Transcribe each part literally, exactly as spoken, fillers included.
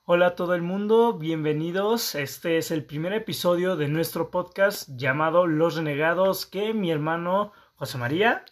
Hola a todo el mundo, bienvenidos. Este es el primer episodio de nuestro podcast llamado Los Renegados, que mi hermano José María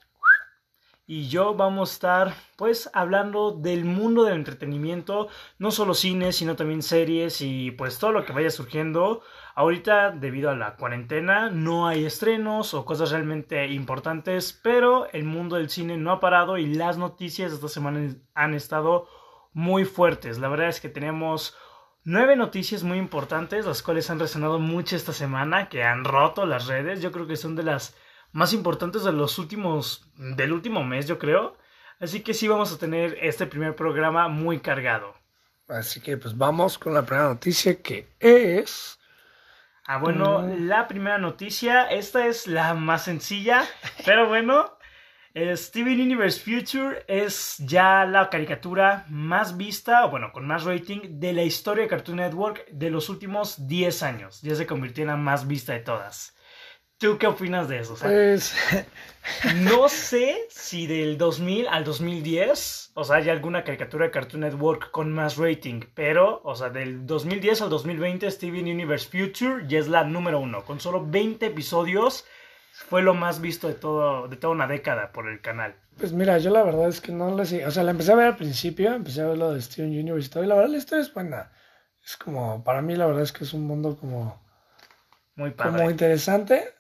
y yo vamos a estar pues hablando del mundo del entretenimiento, no solo cine, sino también series y pues todo lo que vaya surgiendo. Ahorita, debido a la cuarentena, no hay estrenos o cosas realmente importantes, pero el mundo del cine no ha parado y las noticias de esta semana han estado muy fuertes. La verdad es que tenemos nueve noticias muy importantes, las cuales han resonado mucho esta semana, que han roto las redes. Yo creo que son de las más importantes de los últimos, del último mes, yo creo. Así que sí vamos a tener este primer programa muy cargado. Así que pues vamos con la primera noticia, que es... Ah, bueno, mm. la primera noticia, esta es la más sencilla, pero bueno... Steven Universe Future es ya la caricatura más vista, o bueno, con más rating de la historia de Cartoon Network de los últimos diez años. Ya se convirtió en la más vista de todas. ¿Tú qué opinas de eso? O sea, pues... no sé si del dos mil al dos mil diez, o sea, hay alguna caricatura de Cartoon Network con más rating, pero, o sea, del dos mil diez al dos mil veinte, Steven Universe Future ya es la número uno, con solo veinte episodios. Fue lo más visto de todo de toda una década por el canal. Pues mira, yo la verdad es que no la sé. O sea, la empecé a ver al principio, empecé a ver lo de Steven Universe y todo, y la verdad la historia es buena. Es como, para mí la verdad es que es un mundo como... Muy padre. Como interesante.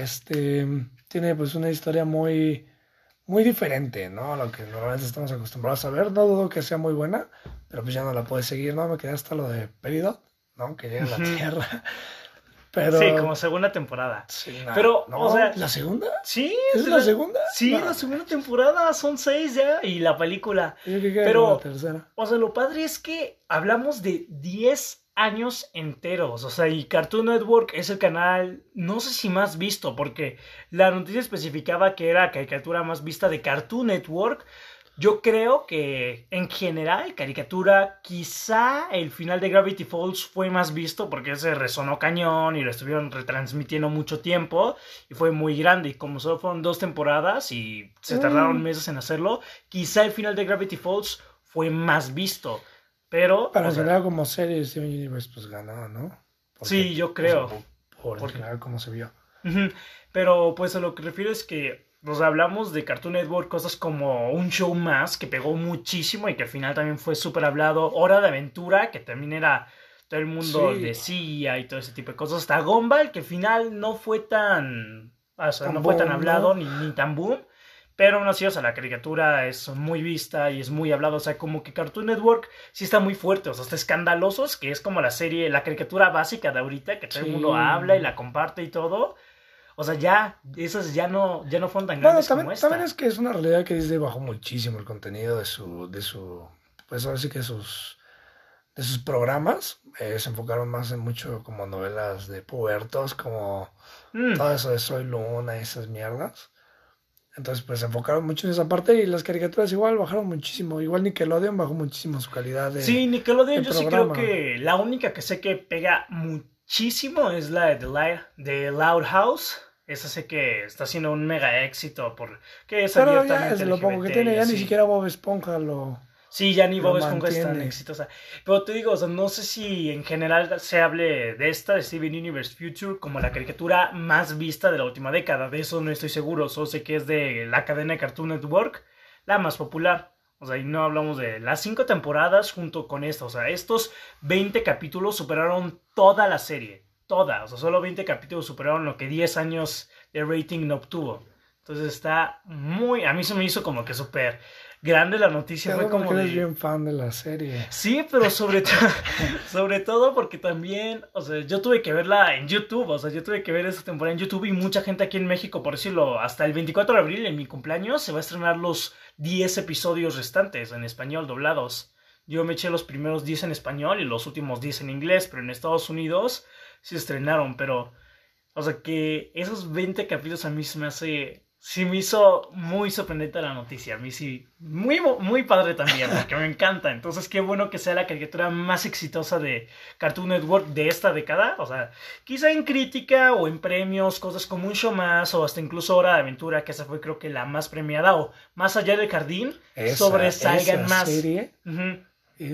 Este, tiene pues una historia muy... Muy diferente, ¿no? A lo que normalmente estamos acostumbrados a ver. No dudo que sea muy buena, pero pues ya no la puedes seguir, ¿no? Me quedé hasta lo de Peridot, ¿no? Que llega a la Tierra... Pero... Sí, como segunda temporada. Sí, nah, pero, no, o sea... ¿la segunda? Sí. ¿Es la, la segunda? Sí, no. La segunda temporada. Son seis ya. Y la película. Yo creo que pero, la tercera. O sea, lo padre es que hablamos de diez años enteros. O sea, y Cartoon Network es el canal, no sé si más visto, porque la noticia especificaba que era la caricatura más vista de Cartoon Network. Yo creo que en general, caricatura, quizá el final de Gravity Falls fue más visto porque se resonó cañón y lo estuvieron retransmitiendo mucho tiempo y fue muy grande. Y como solo fueron dos temporadas y se tardaron meses en hacerlo, quizá el final de Gravity Falls fue más visto. Pero... Para general, como serie, Steven Universe pues ganó, ¿no? Porque, sí, yo creo. O sea, por, por en general, cómo se vio. Uh-huh. Pero pues a lo que refiero es que... Nos hablamos de Cartoon Network, cosas como Un Show Más, que pegó muchísimo y que al final también fue súper hablado. Hora de Aventura, que también era todo el mundo sí. decía y todo ese tipo de cosas. Hasta Gumball, que al final no fue tan... O sea, tan no boom, fue tan hablado, ¿no? ni, ni tan boom. Pero aún así, o sea, la caricatura es muy vista y es muy hablado. O sea, como que Cartoon Network sí está muy fuerte. O sea, está Escandalosos, que es como la serie, la caricatura básica de ahorita, que todo sí. el mundo habla y la comparte y todo. O sea, ya, esas ya no, ya no fueron tan grandes bueno, también, como esta. También es que es una realidad que Disney bajó muchísimo el contenido de su, de su, pues ahora sí que sus, de sus programas. Eh, se enfocaron más en mucho como novelas de pubertos, como mm. todo eso de Soy Luna y esas mierdas. Entonces, pues se enfocaron mucho en esa parte y las caricaturas igual bajaron muchísimo. Igual Nickelodeon bajó muchísimo su calidad de Sí, Nickelodeon yo programa. sí creo que la única que sé que pega muchísimo es la de The Light, de Loud House. Esa sé que está siendo un mega éxito porque es Pero abiertamente ya es lo poco que tiene, ya ni siquiera Bob Esponja lo Sí, ya ni Bob Esponja es tan exitosa. Pero te digo, o sea, no sé si en general se hable de esta, de Steven Universe Future, como la caricatura más vista de la última década. De eso no estoy seguro, solo sé que es de la cadena de Cartoon Network, la más popular. O sea, y no hablamos de las cinco temporadas junto con esta. O sea, estos veinte capítulos superaron toda la serie. Toda, o sea, solo veinte capítulos superaron lo que diez años de rating no obtuvo. Entonces está muy... A mí se me hizo como que súper grande la noticia. Claro, fue como que de... eres bien fan de la serie. Sí, pero sobre, to... sobre todo porque también... O sea, yo tuve que verla en YouTube. O sea, yo tuve que ver esa temporada en YouTube. Y mucha gente aquí en México, por decirlo, hasta el veinticuatro de abril, en mi cumpleaños, se va a estrenar los diez episodios restantes en español doblados. Yo me eché los primeros diez en español y los últimos diez en inglés. Pero en Estados Unidos... se estrenaron, pero o sea que esos veinte capítulos a mí se me hace, sí me hizo muy sorprendente la noticia, a mí sí, muy, muy padre también, porque me encanta, entonces qué bueno que sea la caricatura más exitosa de Cartoon Network de esta década, o sea, quizá en crítica o en premios, cosas como Un Show Más o hasta incluso Hora de Aventura, que esa fue creo que la más premiada, o Más Allá del Jardín, esa, sobresalgan esa más. Serie uh-huh. es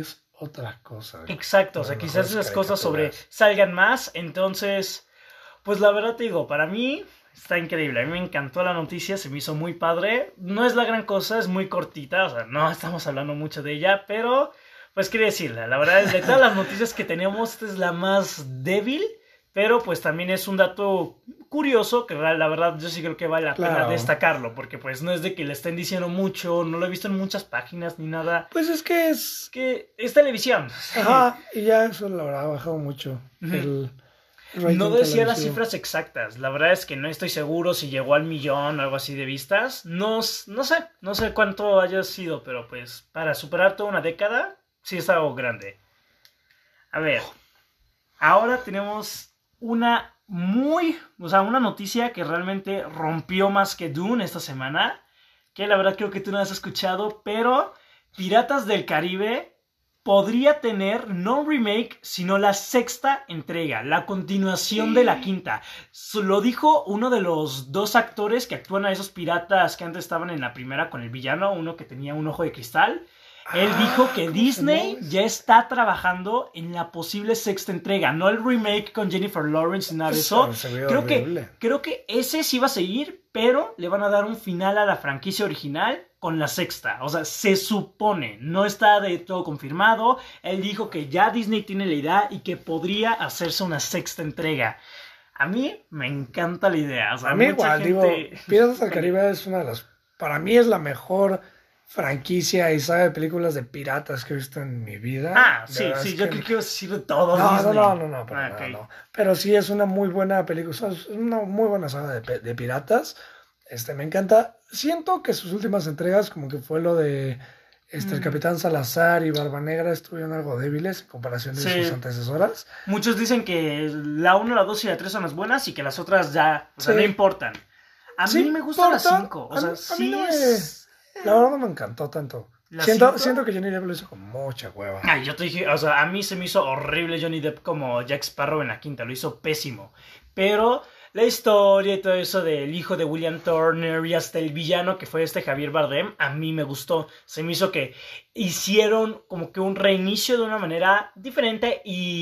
otra cosa. Exacto, o sea, Las quizás mejores esas cosas sobre caricaturas. salgan más, entonces, pues la verdad te digo, para mí está increíble, a mí me encantó la noticia, se me hizo muy padre, no es la gran cosa, es muy cortita, o sea, no estamos hablando mucho de ella, pero, pues quería decirle, la verdad es de todas las noticias que tenemos, esta es la más débil, pero pues también es un dato curioso, que la verdad yo sí creo que vale la pena Claro. destacarlo, porque pues no es de que le estén diciendo mucho, no lo he visto en muchas páginas ni nada, Pues es que es es... que es televisión. Ajá, y ya eso la verdad ha bajado mucho. Ujú. El rating No decía las televisivo. cifras exactas, la verdad es que no estoy seguro si llegó al millón o algo así de vistas, no, s- no sé, no sé cuánto haya sido, pero pues para superar toda una década, sí es algo grande. A ver, ahora tenemos una muy, o sea, una noticia que realmente rompió más que Dune esta semana, que la verdad creo que tú no has escuchado, pero Piratas del Caribe podría tener no remake, sino la sexta entrega, la continuación de la quinta. So- Lo dijo uno de los dos actores que actúan a esos piratas que antes estaban en la primera con el villano, uno que tenía un ojo de cristal. Él Ah, dijo que ¿cómo se Disney llamaba ese? ya está trabajando en la posible sexta entrega, no el remake con Jennifer Lawrence ni nada de eso. Eso se ve Creo que, horrible. creo que ese sí va a seguir, pero le van a dar un final a la franquicia original con la sexta. O sea, se supone, no está de todo confirmado. Él dijo que ya Disney tiene la idea y que podría hacerse una sexta entrega. A mí me encanta la idea. O sea, A mí mucha igual, gente... digo, Piratas del Caribe es una de las... Para mí es la mejor franquicia y saga de películas de piratas que he visto en mi vida. Ah, De sí, verdad sí, es yo que- creo que iba a decir de todos No, no, Disney. no, no, no, para Ah, nada, ok. no. Pero sí es una muy buena película, o sea, es una muy buena saga de, pe- de piratas. Este, me encanta. Siento que sus últimas entregas, como que fue lo de este, el Mm. Capitán Salazar y Barba Negra, estuvieron algo débiles en comparación de Sí. sus antecesoras. Muchos dicen que la uno, la dos y la tres son las buenas y que las otras ya, o sea, Sí. no importan. A Sí mí me gusta la importa. cinco, o A sea, mí- a mí sí no me- es... La verdad no me encantó tanto. ¿La Siento, cinco? siento que Johnny Depp lo hizo con mucha hueva. Ay, yo te dije, o sea, a mí se me hizo horrible Johnny Depp como Jack Sparrow en la quinta, lo hizo pésimo. Pero la historia y todo eso del hijo de William Turner y hasta el villano que fue este Javier Bardem, a mí me gustó. Se me hizo que hicieron como que un reinicio de una manera diferente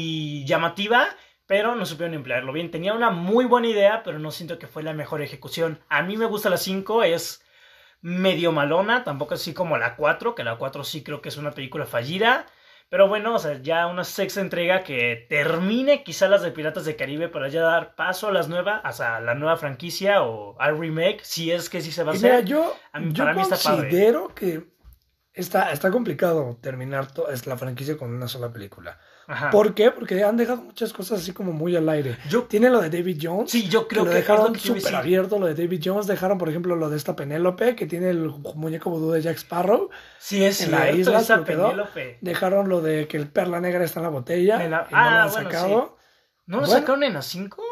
y llamativa, pero no supieron emplearlo bien. Tenía una muy buena idea, pero no siento que fue la mejor ejecución. A mí me gusta la cinco, es medio malona, tampoco así como la cuatro, que la cuatro sí creo que es una película fallida. Pero bueno, o sea, ya una sexta entrega que termine quizá las de Piratas del Caribe para ya dar paso a las nuevas, o sea, a la nueva franquicia o al remake, si es que sí se va a Y mira, hacer. yo, A mí- yo para mí está padre. considero que está, está complicado terminar to- es la franquicia con una sola película. Ajá. ¿Por qué? Porque han dejado muchas cosas así como muy al aire. Yo- Tiene lo de David Jones. Sí, yo creo que lo que es dejaron lo que te iba a súper decir. abierto, lo de David Jones. Dejaron, por ejemplo, lo de esta Penélope, que tiene el muñeco vudú de Jack Sparrow. Sí, es en la cierto, isla esa se lo quedó. Penélope. Dejaron lo de que el Perla Negra está en la botella. De la- Y no Ah, lo han bueno, sacado. ¿No lo Bueno. sacaron en la cinco?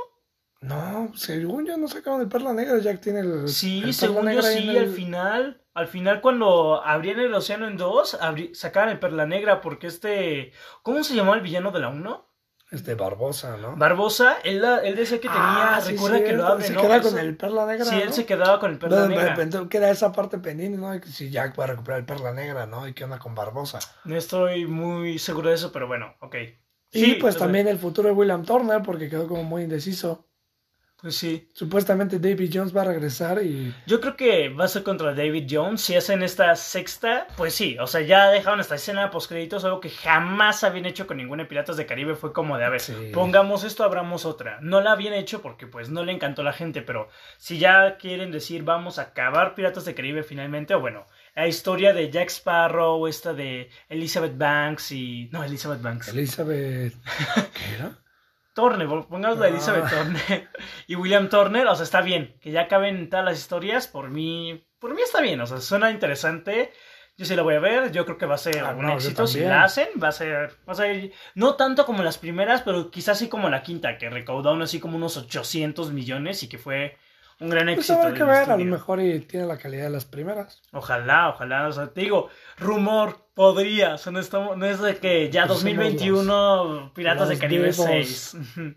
No, según yo no sacaron el Perla Negra. Jack tiene el. Sí, el Perla según yo Negra ahí sí, en el- al final, al final cuando abrían el océano en dos, abrí- sacaban el Perla Negra porque este, ¿cómo se llamaba el villano de la uno? Este Barbosa, ¿no? Barbosa, él, la- él decía que tenía, Ah, sí, recuerda que lo cierto, abre, Se ¿no? queda Eso- con el Perla Negra. Sí, él ¿no? se quedaba con el Perla No, Negra. Pensé que era esa parte pendiente, ¿no? Y que si Jack va a recuperar el Perla Negra, ¿no? ¿Y qué onda con Barbosa? No estoy muy seguro de eso, pero bueno, ok. Y Sí, pues o sea, también el futuro de William Turner, porque quedó como muy indeciso. Pues sí. Supuestamente David Jones va a regresar y... Yo creo que va a ser contra David Jones. Si hacen esta sexta, pues sí. O sea, ya dejaron esta escena de postcréditos, algo que jamás habían hecho con ninguna de Piratas de Caribe. Fue como de, a ver, Sí. pongamos esto, abramos otra. No la habían hecho porque pues no le encantó a la gente, pero si ya quieren decir vamos a acabar Piratas de Caribe finalmente, o bueno, la historia de Jack Sparrow, esta de Elizabeth Banks y... No, Elizabeth Banks. Elizabeth... ¿Qué era? Turner, pongamos la Ah. Elizabeth Turner y William Turner, o sea, está bien, que ya acaben todas las historias, por mí, por mí está bien, o sea, suena interesante, yo sí la voy a ver, yo creo que va a ser Ah, un no, yo éxito, si también. la hacen, va a ser, va a ser, no tanto como las primeras, pero quizás sí como la quinta, que recaudó aún así como unos ochocientos millones y que fue un gran Pues éxito habrá del que ver, a lo estudio. mejor y tiene la calidad de las primeras. Ojalá, ojalá, o sea, te digo, rumor, podría, o sea, no, estamos, no es de que ya Pues dos mil veintiuno Piratas de los Caribe vivos. seis.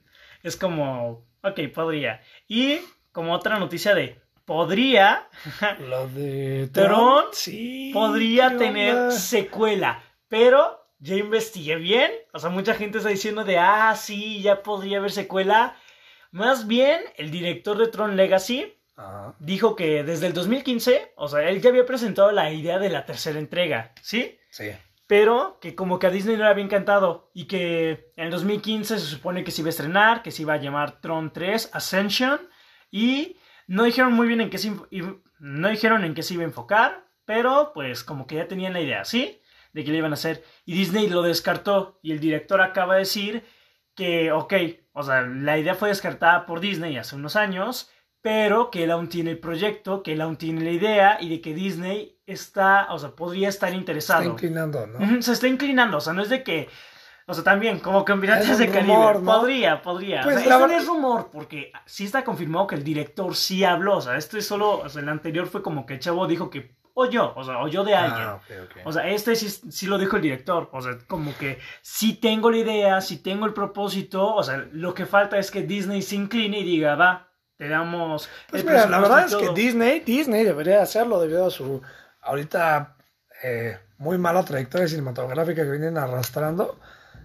Es como, ok, podría. Y como otra noticia de, podría, Lo de Tron sí. podría ¿qué tener onda? secuela, pero ya investigué bien. O sea, mucha gente está diciendo de, ah, sí, ya podría haber secuela. Más bien, el director de Tron Legacy Ajá. dijo que desde el dos mil quince, o sea, él ya había presentado la idea de la tercera entrega, ¿sí? Sí. Pero que como que a Disney no le había encantado y que en el dos mil quince se supone que se iba a estrenar, que se iba a llamar Tron tres Ascension y no dijeron muy bien en qué se, no dijeron en qué se iba a enfocar, pero pues como que ya tenían la idea, ¿sí? De que le iban a hacer y Disney lo descartó y el director acaba de decir que, ok, o sea, la idea fue descartada por Disney hace unos años, pero que él aún tiene el proyecto, que él aún tiene la idea y de que Disney está, o sea, podría estar interesado. Está inclinando, ¿no? Uh-huh, se está inclinando, o sea, no es de que, o sea, también, como que en Piratas de Caribe, rumor, ¿no? podría, podría. Pues o sea, la esto verdad... no es rumor, porque sí está confirmado que el director sí habló, o sea, esto es solo, o sea, el anterior fue como que el chavo dijo que oyó, o sea, oyó de alguien. Ah, okay, okay. O sea, este sí, sí lo dijo el director, o sea, como que sí tengo la idea, sí tengo el propósito, o sea, lo que falta es que Disney se incline y diga, va, te damos... Pues mira, la verdad es que Disney, Disney debería hacerlo debido a su ahorita eh, muy mala trayectoria cinematográfica que vienen arrastrando.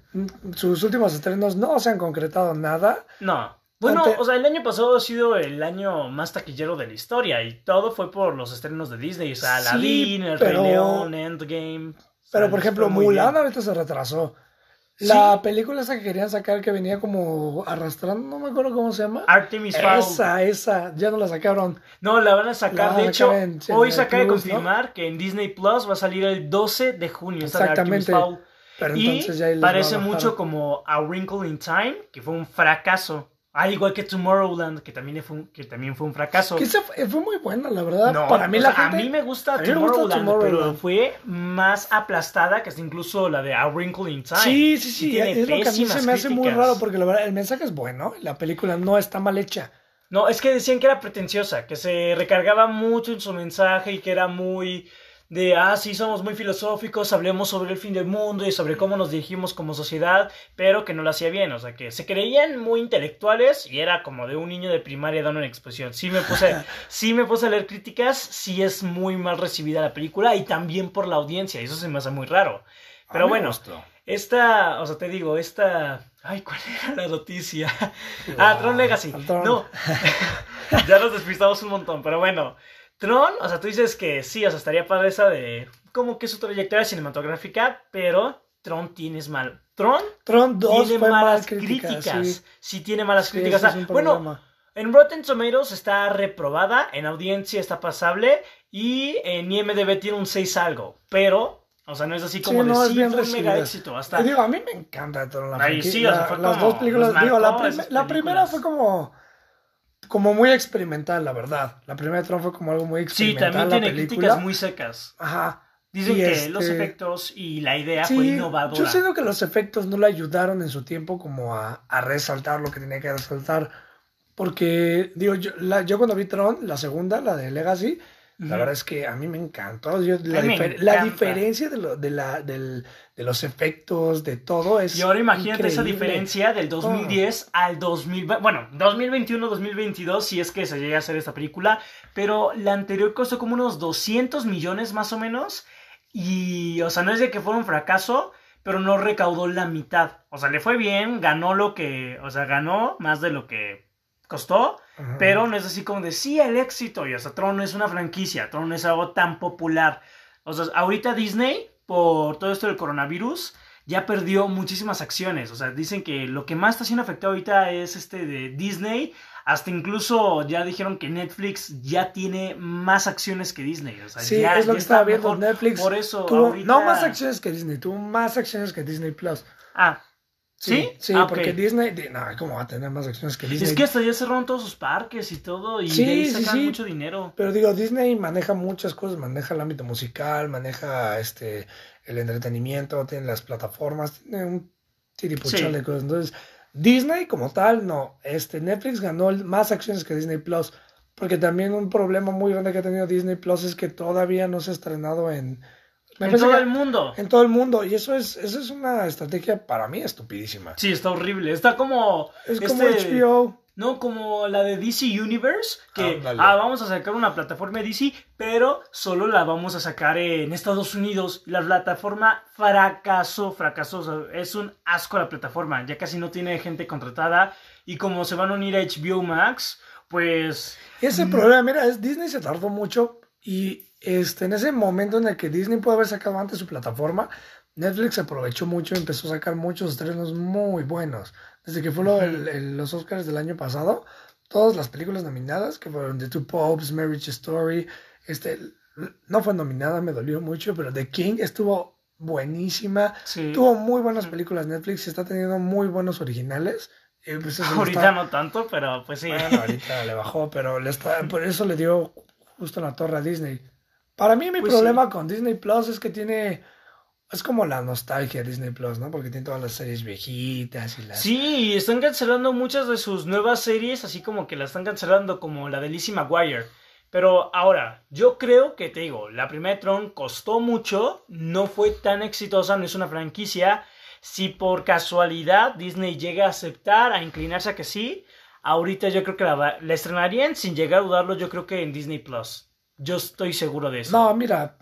Sus últimos estrenos no se han concretado nada. No. Bueno, Ante... o sea, el año pasado ha sido el año más taquillero de la historia y todo fue por los estrenos de Disney, o sea, Aladdin, sí, El pero... Rey León, Endgame. Pero, sea, por ejemplo, Mulan ahorita se retrasó. La sí. película esa que querían sacar que venía como arrastrando, no me acuerdo cómo se llama. Artemis Fowl. Esa, esa, ya no la sacaron. No, la van a sacar. La de hecho, en, hoy se acaba de Plus, confirmar, ¿no? Que en Disney Plus va a salir el doce de junio. Exactamente. Fowl. Pero y entonces ya parece mucho como A Wrinkle in Time, que fue un fracaso. Ah, igual que Tomorrowland, que también fue un, que también fue un fracaso. Que fue, fue muy buena, la verdad. No, para mí la sea, gente... A mí me gusta, mí Tomorrowland, me gusta Tomorrowland, pero fue más aplastada que hasta incluso la de A Wrinkle in Time. Sí, sí, sí. Es lo que a mí se me hace muy raro, porque la verdad, el mensaje es bueno, la película no está mal hecha. No, es que decían que era pretenciosa, que se recargaba mucho en su mensaje y que era muy... de, ah, sí, somos muy filosóficos, hablemos sobre el fin del mundo y sobre cómo nos dirigimos como sociedad, pero que no lo hacía bien, o sea, que se creían muy intelectuales y era como de un niño de primaria dando una exposición. Sí me puse, sí me puse a leer críticas, sí es muy mal recibida la película y también por la audiencia, y eso se me hace muy raro. Pero bueno, gustó. Esta, o sea, te digo, esta... Ay, ¿cuál era la noticia? Wow. Ah, Tron Legacy. Tron. No, ya nos despistamos un montón, pero bueno... Tron, o sea, tú dices que sí, o sea, estaría padre esa de como que su trayectoria cinematográfica, pero Tron tienes mal. Tron, Tron dos tiene fue malas mal crítica, críticas. Sí. sí tiene malas sí, críticas. O sea, es bueno, en Rotten Tomatoes está reprobada, en audiencia está pasable y en I M D B tiene un seis algo, pero... O sea, no es así como sí, de no, sí, bien fue un mega éxito. Hasta... Digo, a mí me encanta Tron. La Ahí sí, o sea, fue las como, dos películas. marcó, Digo, la, prim la primera fue como... Como muy experimental, la verdad. La primera Tron fue como algo muy experimental. Sí, también tiene película. críticas muy secas. Ajá. Dicen y que este... los efectos y la idea sí, fue innovadora. Yo siento que los efectos no le ayudaron en su tiempo como a, a resaltar lo que tenía que resaltar. Porque, digo, yo, la, yo cuando vi Tron, la segunda, la de Legacy, uh-huh. la verdad es que a mí me encantó. Yo, la, difer la diferencia de, lo, de, la, del, de los efectos, de todo es. Y ahora imagínate increíble. Esa diferencia del dos mil diez oh. al dos mil veinte. Bueno, dos mil veintiuno, dos mil veintidós, si es que se llega a hacer esta película. Pero la anterior costó como unos doscientos millones más o menos. Y, o sea, no es de que fuera un fracaso, pero no recaudó la mitad. O sea, le fue bien, ganó lo que. O sea, ganó más de lo que costó. Uh-huh. Pero no es así como de sí, el éxito. Y o sea, Tron no es una franquicia. Tron no es algo tan popular. O sea, ahorita Disney, por todo esto del coronavirus, ya perdió muchísimas acciones. O sea, dicen que lo que más está siendo afectado ahorita es este de Disney. Hasta incluso ya dijeron que Netflix ya tiene más acciones que Disney. O sea, sí, ya, es lo ya que estaba viendo. Mejor. Netflix por eso tuvo, ahorita... no más acciones que Disney, tuvo más acciones que Disney Plus. Ah, ¿sí? Sí, sí ah, porque okay. Disney... No, ¿cómo va a tener más acciones que Disney? Es que hasta ya cerraron todos sus parques y todo y sí, de ahí sacan sí, sí. mucho dinero. Pero digo, Disney maneja muchas cosas. Maneja el ámbito musical, maneja este el entretenimiento, tiene las plataformas, tiene un tiripuchal sí. de cosas. Entonces, Disney como tal, no. Este Netflix ganó más acciones que Disney Plus. Porque también un problema muy grande que ha tenido Disney Plus es que todavía no se ha estrenado en... En todo el mundo. En todo el mundo. Y eso es, eso es una estrategia para mí estupidísima. Sí, está horrible. Está como... Es este... como H B O. No, como la de D C Universe, que Ándale. ah, vamos a sacar una plataforma de D C, pero solo la vamos a sacar en Estados Unidos. La plataforma fracasó, fracasó. O sea, es un asco la plataforma, ya casi no tiene gente contratada. Y como se van a unir a H B O Max, pues... Ese problema, mira, es Disney se tardó mucho y este, en ese momento en el que Disney pudo haber sacado antes su plataforma, Netflix aprovechó mucho y empezó a sacar muchos estrenos muy buenos. Desde que fue lo, el, el, los Oscars del año pasado, todas las películas nominadas, que fueron The Two Popes, Marriage Story, este, no fue nominada, me dolió mucho, pero The King estuvo buenísima. Sí. Tuvo muy buenas películas Netflix y está teniendo muy buenos originales. Y pues eso Ahorita está... no tanto, pero pues sí. Bueno, ahorita le bajó, pero le está... por eso le dio justo en la torre a Disney. Para mí mi Pues problema sí. con Disney Plus es que tiene... Es como la nostalgia de Disney Plus, ¿no? Porque tiene todas las series viejitas y las... Sí, y están cancelando muchas de sus nuevas series, así como que la están cancelando, como la de Lizzie McGuire. Pero ahora, yo creo que, te digo, la primera de Tron costó mucho, no fue tan exitosa, no es una franquicia. Si por casualidad Disney llega a aceptar, a inclinarse a que sí, ahorita yo creo que la, la estrenarían, sin llegar a dudarlo, yo creo que en Disney Plus. Yo estoy seguro de eso. No, mira,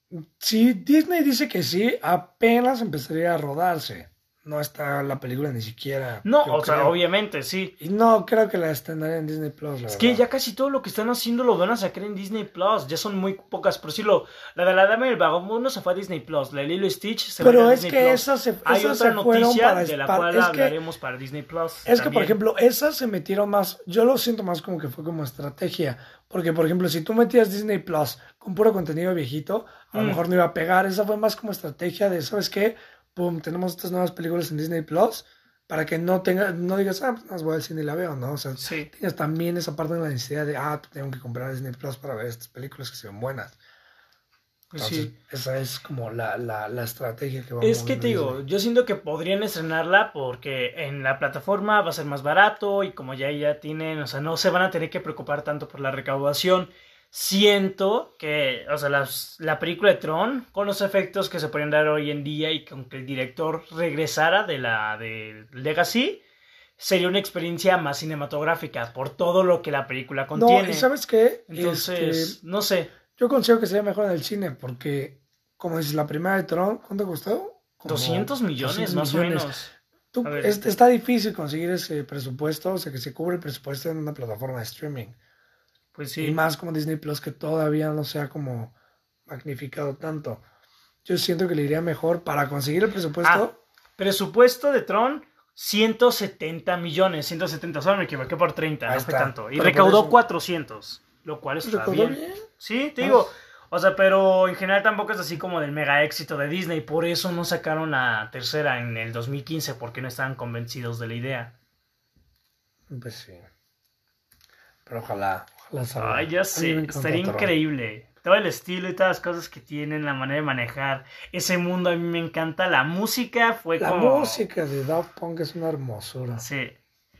si Disney dice que sí, apenas empezaría a rodarse. No está la película ni siquiera. No, yo o sea, creo. obviamente, sí. Y no creo que la estrenaría en Disney Plus, la Es verdad. que ya casi todo lo que están haciendo lo van a sacar en Disney Plus. Ya son muy pocas. Por decirlo, la de la Dama y el Vagabundo se fue a Disney Plus. La de Lilo y Stitch se Pero va a es Disney que Plus. esas se, Hay esas otra se fueron noticia para... de la para- cual es que, hablaremos para Disney Plus. es que, por también. ejemplo, esas se metieron más... Yo lo siento más como que fue como estrategia. Porque, por ejemplo, si tú metías Disney Plus con puro contenido viejito, a lo Mm. mejor no iba a pegar. Esa fue más como estrategia de, ¿sabes qué? Pum, tenemos estas nuevas películas en Disney Plus para que no tenga, no digas, ah, pues las voy al cine y la veo, ¿no? O sea, Sí. tienes también esa parte de la necesidad de, ah, tengo que comprar Disney Plus para ver estas películas que sean buenas. Pues Entonces, sí. esa es como la, la, la estrategia que va Es que moviendo te digo, Disney. yo siento que podrían estrenarla porque en la plataforma va a ser más barato y como ya ya tienen, o sea, no se van a tener que preocupar tanto por la recaudación. Siento que, o sea, las- la película de Tron, con los efectos que se podrían dar hoy en día y con que el director regresara de la de Legacy, sería una experiencia más cinematográfica por todo lo que la película No, contiene. y ¿sabes qué? Entonces, Este, no sé. yo considero que sería mejor en el cine porque, como dices, la primera de Tron, ¿cuánto costó? Como doscientos millones, doscientos más millones. o menos. Tú- A ver. es- está difícil conseguir ese presupuesto, o sea, que se cubre el presupuesto en una plataforma de streaming. Pues Y sí. más como Disney Plus, que todavía no se ha como magnificado tanto. Yo siento que le iría mejor para conseguir el Ah, presupuesto. presupuesto de Tron, ciento setenta millones. ciento setenta, solo me equivoqué por treinta, Ahí no fue está. tanto. Y Pero por recaudó eso- cuatrocientos, lo cual está ¿Recaudó bien. bien? Sí, te Ah. digo. O sea, pero en general tampoco es así como del mega éxito de Disney. Por eso no sacaron la tercera en el dos mil quince, porque no estaban convencidos de la idea. Pues sí. Pero ojalá, ojalá salga. Ay, A ya mí sé, me encanta estaría Tron. increíble. Todo el estilo y todas las cosas que tienen, la manera de manejar. Ese mundo a mí me encanta. La música fue La como... música de Daft Punk es una hermosura. Sí.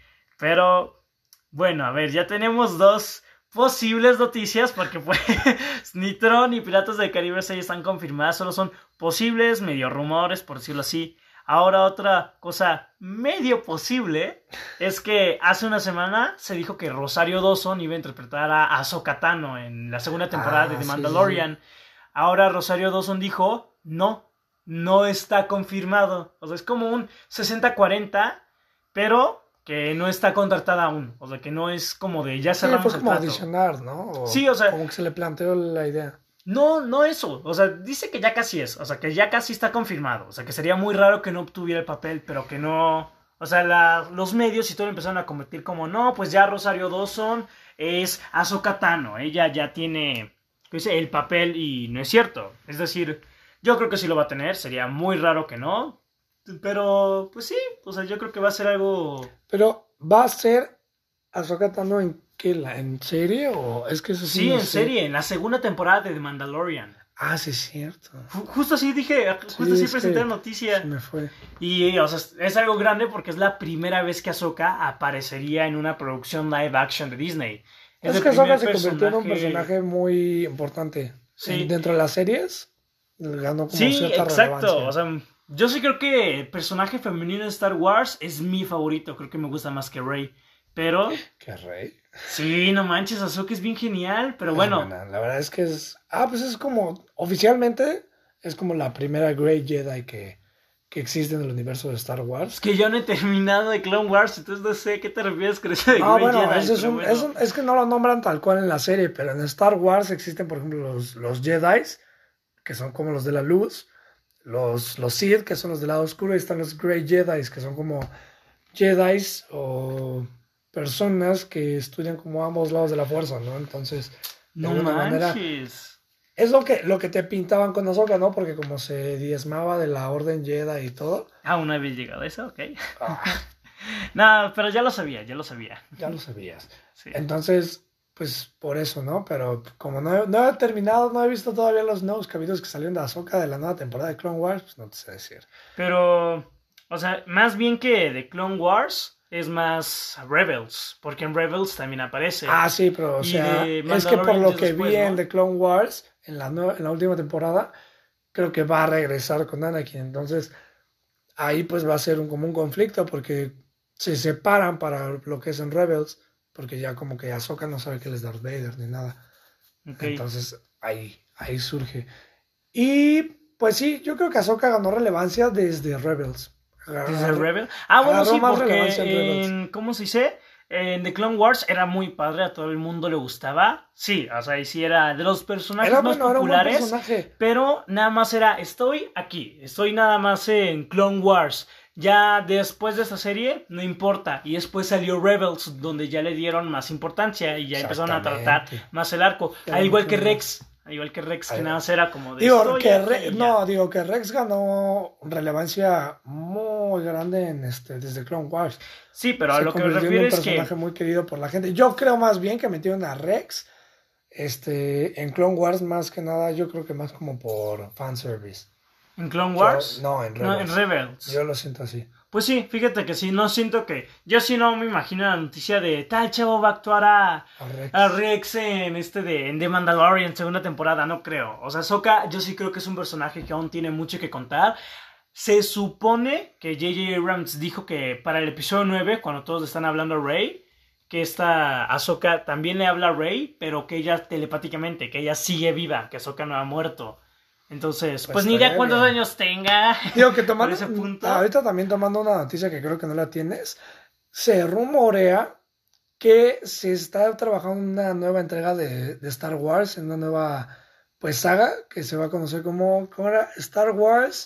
Pero, bueno, a ver, ya tenemos dos posibles noticias porque pues ni Tron ni Piratas del Caribe seis están confirmadas, solo son posibles, medio rumores, por decirlo así. Ahora otra cosa medio posible es que hace una semana se dijo que Rosario Dawson iba a interpretar a Ahsoka Tano en la segunda temporada Ah, de The sí, Mandalorian. Ahora Rosario Dawson dijo, no, no está confirmado. O sea, es como un sesenta cuarenta, pero que no está contratada aún. O sea, que no es como de ya Sí, cerramos fue el como trato. audicionar, ¿no? O Sí, o sea- Como que se le planteó la idea. No, no eso. O sea, dice que ya casi es. O sea, que ya casi está confirmado. O sea, que sería muy raro que no obtuviera el papel, pero que no... O sea, la- los medios y todo empezaron a convertir como, no, pues ya Rosario Dawson es Ahsoka Tano. Ella ya tiene ¿qué dice? El papel y no es cierto. Es decir, yo creo que sí lo va a tener. Sería muy raro que no. Pero, pues sí. O sea, yo creo que va a ser algo... Pero, ¿va a ser Ahsoka Tano en qué? la- ¿En serie o es que eso sí Sí, no en sé? serie. En la segunda temporada de The Mandalorian. Ah, sí, es cierto. Ju- Justo así dije, justo Sí, así es presenté que la noticia. Se me fue. Y, o sea, es algo grande porque es la primera vez que Ahsoka aparecería en una producción live action de Disney. Es, el que Ahsoka primer se convirtió en un personaje muy importante. Sí. En- dentro de las series, ganó como Sí, cierta exacto. relevancia. O sea, yo sí creo que el personaje femenino de Star Wars es mi favorito. Creo que me gusta más que Rey. Pero... ¿Qué rey? Sí, no manches, Ahsoka es bien genial, pero Es bueno. buena. La verdad es que es... Ah, pues es como... Oficialmente es como la primera Grey Jedi que, que existe en el universo de Star Wars. Es que yo no he terminado de Clone Wars, entonces no sé qué te refieres con eso de Ah, Grey bueno, Jedi, eso es, pero un, bueno. es, un- es que no lo nombran tal cual en la serie, pero en Star Wars existen, por ejemplo, los, los Jedi, que son como los de la luz, los, los Sith, que son los del lado oscuro, y están los Grey Jedi, que son como Jedi o personas que estudian como ambos lados de la fuerza, ¿no? Entonces, de No alguna manera, manches. es lo que, lo que te pintaban con Ahsoka, ¿no? Porque como se diezmaba de la Orden Jedi y todo, Ah, una vez llegado a eso, ok. ah, No, pero ya lo sabía, ya lo sabía. ya lo sabías. Sí. Entonces, pues por eso, ¿no? Pero como no, he- no he terminado, no he visto todavía los nuevos capítulos que salieron de Ahsoka de la nueva temporada de Clone Wars, pues no te sé decir. Pero, o sea, más bien que de Clone Wars, es más Rebels, porque en Rebels también aparece. Ah, sí, pero o Y sea, de es que por Mandalorian lo es que después, vi en ¿no? The Clone Wars, en la, nue- en la última temporada, creo que va a regresar con Anakin. Entonces, ahí pues va a ser un, como un conflicto porque se separan para lo que es en Rebels, porque ya como que Ahsoka no sabe que él es Darth Vader ni nada. Ok. Entonces, ahí, ahí surge. Y pues sí, yo creo que Ahsoka ganó relevancia desde Rebels. ¿Desde Agarró- Rebel? Ah, bueno, agarró sí, más porque relevancia en Rebels. en, ¿cómo se dice? En The Clone Wars era muy padre, a todo el mundo le gustaba. Sí, o sea, y sí era de los personajes Era más bueno, era un buen populares. personaje. Pero nada más era, estoy aquí, estoy nada más en Clone Wars. Ya después de esta serie, no importa. Y después salió Rebels, donde ya le dieron más importancia y ya empezaron a tratar Exactamente. más el arco. Ya Al le igual que metieron Rex. Al igual que Rex, que Ahí- nada más era como de Digo estoy que aquí Re- y ya. no, digo que Rex ganó relevancia muy grande en este, desde Clone Wars. Sí, pero a Se lo que me convirtió en refiero un es que personaje muy querido por la gente. Yo creo más bien que metieron a Rex este, en Clone Wars más que nada, yo creo que más como por fanservice. en Clone Yo- Wars, no, en no, en Rebels. Rebels. Yo lo siento así. Pues sí, fíjate que sí, no siento que. Yo sí no me imagino la noticia de tal chavo va a actuar a, A Rex. a Rex en este de en The Mandalorian segunda temporada, no creo. O sea, Ahsoka yo sí creo que es un personaje que aún tiene mucho que contar. Se supone que J J Abrams dijo que para el episodio nueve, cuando todos le están hablando a Rey, que esta Ahsoka también le habla a Rey, pero que ella telepáticamente, que ella sigue viva, que Ahsoka no ha muerto. Entonces, pues, Pues ni idea estaría cuántos bien. años tenga. Digo que Por tomando, ese punto. ahorita también tomando una noticia que creo que no la tienes, se rumorea que se está trabajando en una nueva entrega de, de Star Wars, en una nueva pues saga que se va a conocer como, ¿cómo era? Star Wars,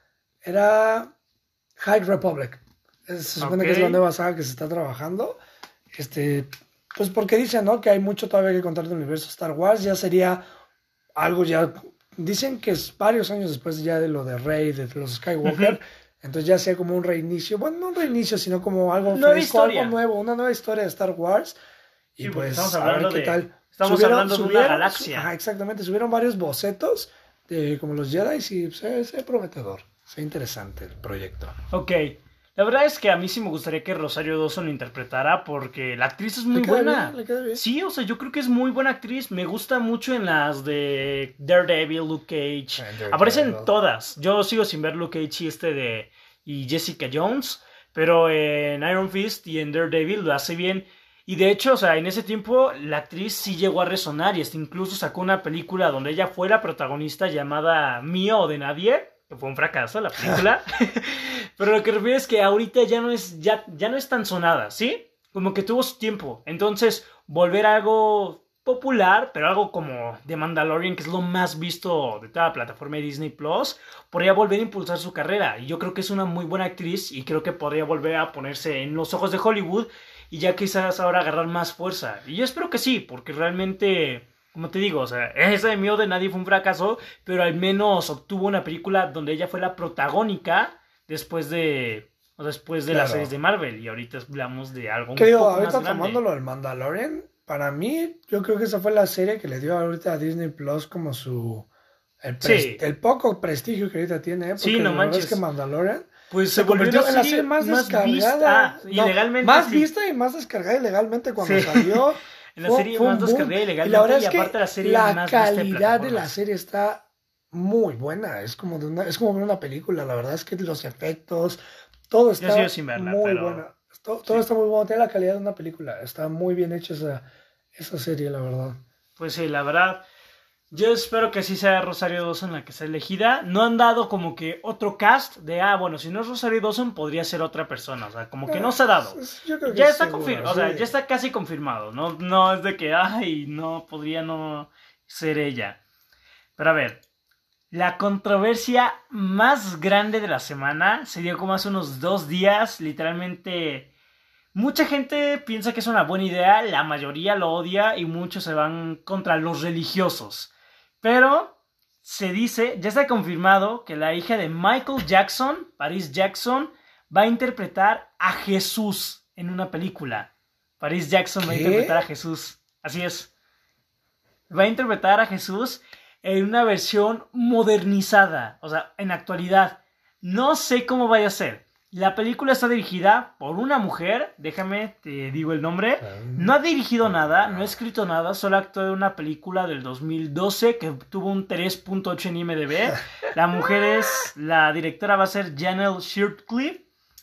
era High Republic. Es- se supone que es la Ok. nueva saga que se está trabajando. Este, pues porque dicen, ¿no? Que hay mucho todavía que contar del universo Star Wars, ya sería algo ya. Dicen que es varios años después ya de lo de Rey, de los Skywalker. Ujú. Entonces ya sea como un reinicio. Bueno, no un reinicio, sino como algo Nueva fresco, historia. algo nuevo. Una nueva historia de Star Wars. Y Sí, porque pues estamos a ver hablando qué de- tal. estamos hablando de una galaxia. Ajá, exactamente. Subieron varios bocetos de como los Jedi y se ve prometedor. Se ve interesante el proyecto. Ok. La verdad es que a mí sí me gustaría que Rosario Dawson lo interpretara porque la actriz es muy ¿Le queda buena. bien? ¿Le queda bien? Sí, o sea, yo creo que es muy buena actriz. Me gusta mucho en las de Daredevil, Luke Cage. Ah, Daredevil. Aparecen todas. Yo sigo sin ver Luke Cage y este de y Jessica Jones, pero en Iron Fist y en Daredevil lo hace bien. Y de hecho, o sea, en ese tiempo la actriz sí llegó a resonar y hasta incluso sacó una película donde ella fue la protagonista llamada Mía o de Nadie, que fue un fracaso la película. Pero lo que refiero es que ahorita ya no es, ya, ya no es tan sonada, ¿sí? Como que tuvo su tiempo. Entonces, volver a algo popular, pero algo como The Mandalorian, que es lo más visto de toda la plataforma de Disney Plus, podría volver a impulsar su carrera. Y yo creo que es una muy buena actriz y creo que podría volver a ponerse en los ojos de Hollywood y ya quizás ahora agarrar más fuerza. Y yo espero que sí, porque realmente, como te digo, o sea, esa de Miedo de Nadie fue un fracaso, pero al menos obtuvo una película donde ella fue la protagónica después de, o después de las Claro. series de Marvel. Y ahorita hablamos de algo un Que digo, poco ahorita más grande. tomándolo del Mandalorian, para mí, yo creo que esa fue la serie que le dio ahorita a Disney Plus como su. El, pres- Sí. el poco prestigio que ahorita tiene, ¿eh? Porque Sí, no la verdad manches. es que Mandalorian Pues se, convirtió en la serie más, descargada. vista. Ah, No, ilegalmente. más sí. vista y más descargada ilegalmente cuando Sí. salió. En la Fue- serie fue un más boom. descargada Y ilegalmente. la verdad Y, es que aparte la serie la más vista en calidad de la plataformas. serie está muy buena. Es como de una, es como ver una película. La verdad es que los efectos, todo está sigo sin verla, muy pero- buena. Todo, todo Sí. está muy bueno, tiene la calidad de una película. Está muy bien hecha esa, esa serie, la verdad. Pues sí, la verdad, yo espero que sí sea Rosario Dawson la que sea elegida. No han dado como que otro cast de, ah, bueno, si no es Rosario Dawson, podría ser otra persona. O sea, como que no se ha dado. Yo creo que Ya es está seguro, confirmado, o sea, sí. ya está casi confirmado. No, no es de que, ay, no, podría no ser ella. Pero a ver, la controversia más grande de la semana se dio como hace unos dos días, literalmente. Mucha gente piensa que es una buena idea, la mayoría lo odia y muchos se van contra los religiosos. Pero se dice, ya está confirmado que la hija de Michael Jackson, Paris Jackson, va a interpretar a Jesús en una película. Paris Jackson va a interpretar a ¿Qué? Jesús. Así es. Va a interpretar a Jesús en una versión modernizada, o sea, en actualidad. No sé cómo vaya a ser. La película está dirigida por una mujer, déjame, te digo el nombre. No ha dirigido nada, no ha escrito nada, solo actuó en una película del dos mil doce que tuvo un tres punto ocho en I M D B. La mujer es, la directora va a ser Janelle Shirtcliffe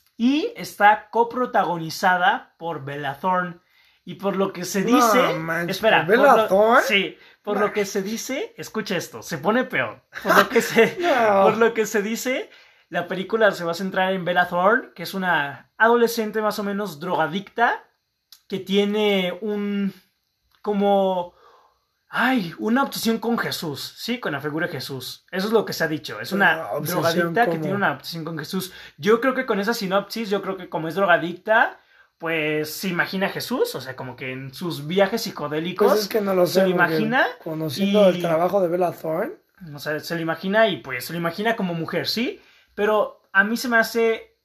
y está coprotagonizada por Bella Thorne. Y por lo que se dice... No, manches, espera, ¿por Bella lo, Thorne? Sí, por Nah. lo que se dice... Escucha esto, se pone peor. Por lo que se, No. por lo que se dice, la película se va a centrar en Bella Thorne, que es una adolescente más o menos drogadicta, que tiene un... como... Ay, una obsesión con Jesús, sí, con la figura de Jesús. Eso es lo que se ha dicho. Es una Una obsesión drogadicta que como- tiene una obsesión con Jesús. Yo creo que con esa sinopsis, yo creo que como es drogadicta, pues se imagina a Jesús, o sea, como que en sus viajes psicodélicos Pues es que no lo sé. se lo porque imagina Conociendo y- el trabajo de Bella Thorne. o sea, se lo imagina y pues se lo imagina como mujer, ¿sí? Pero a mí se me hace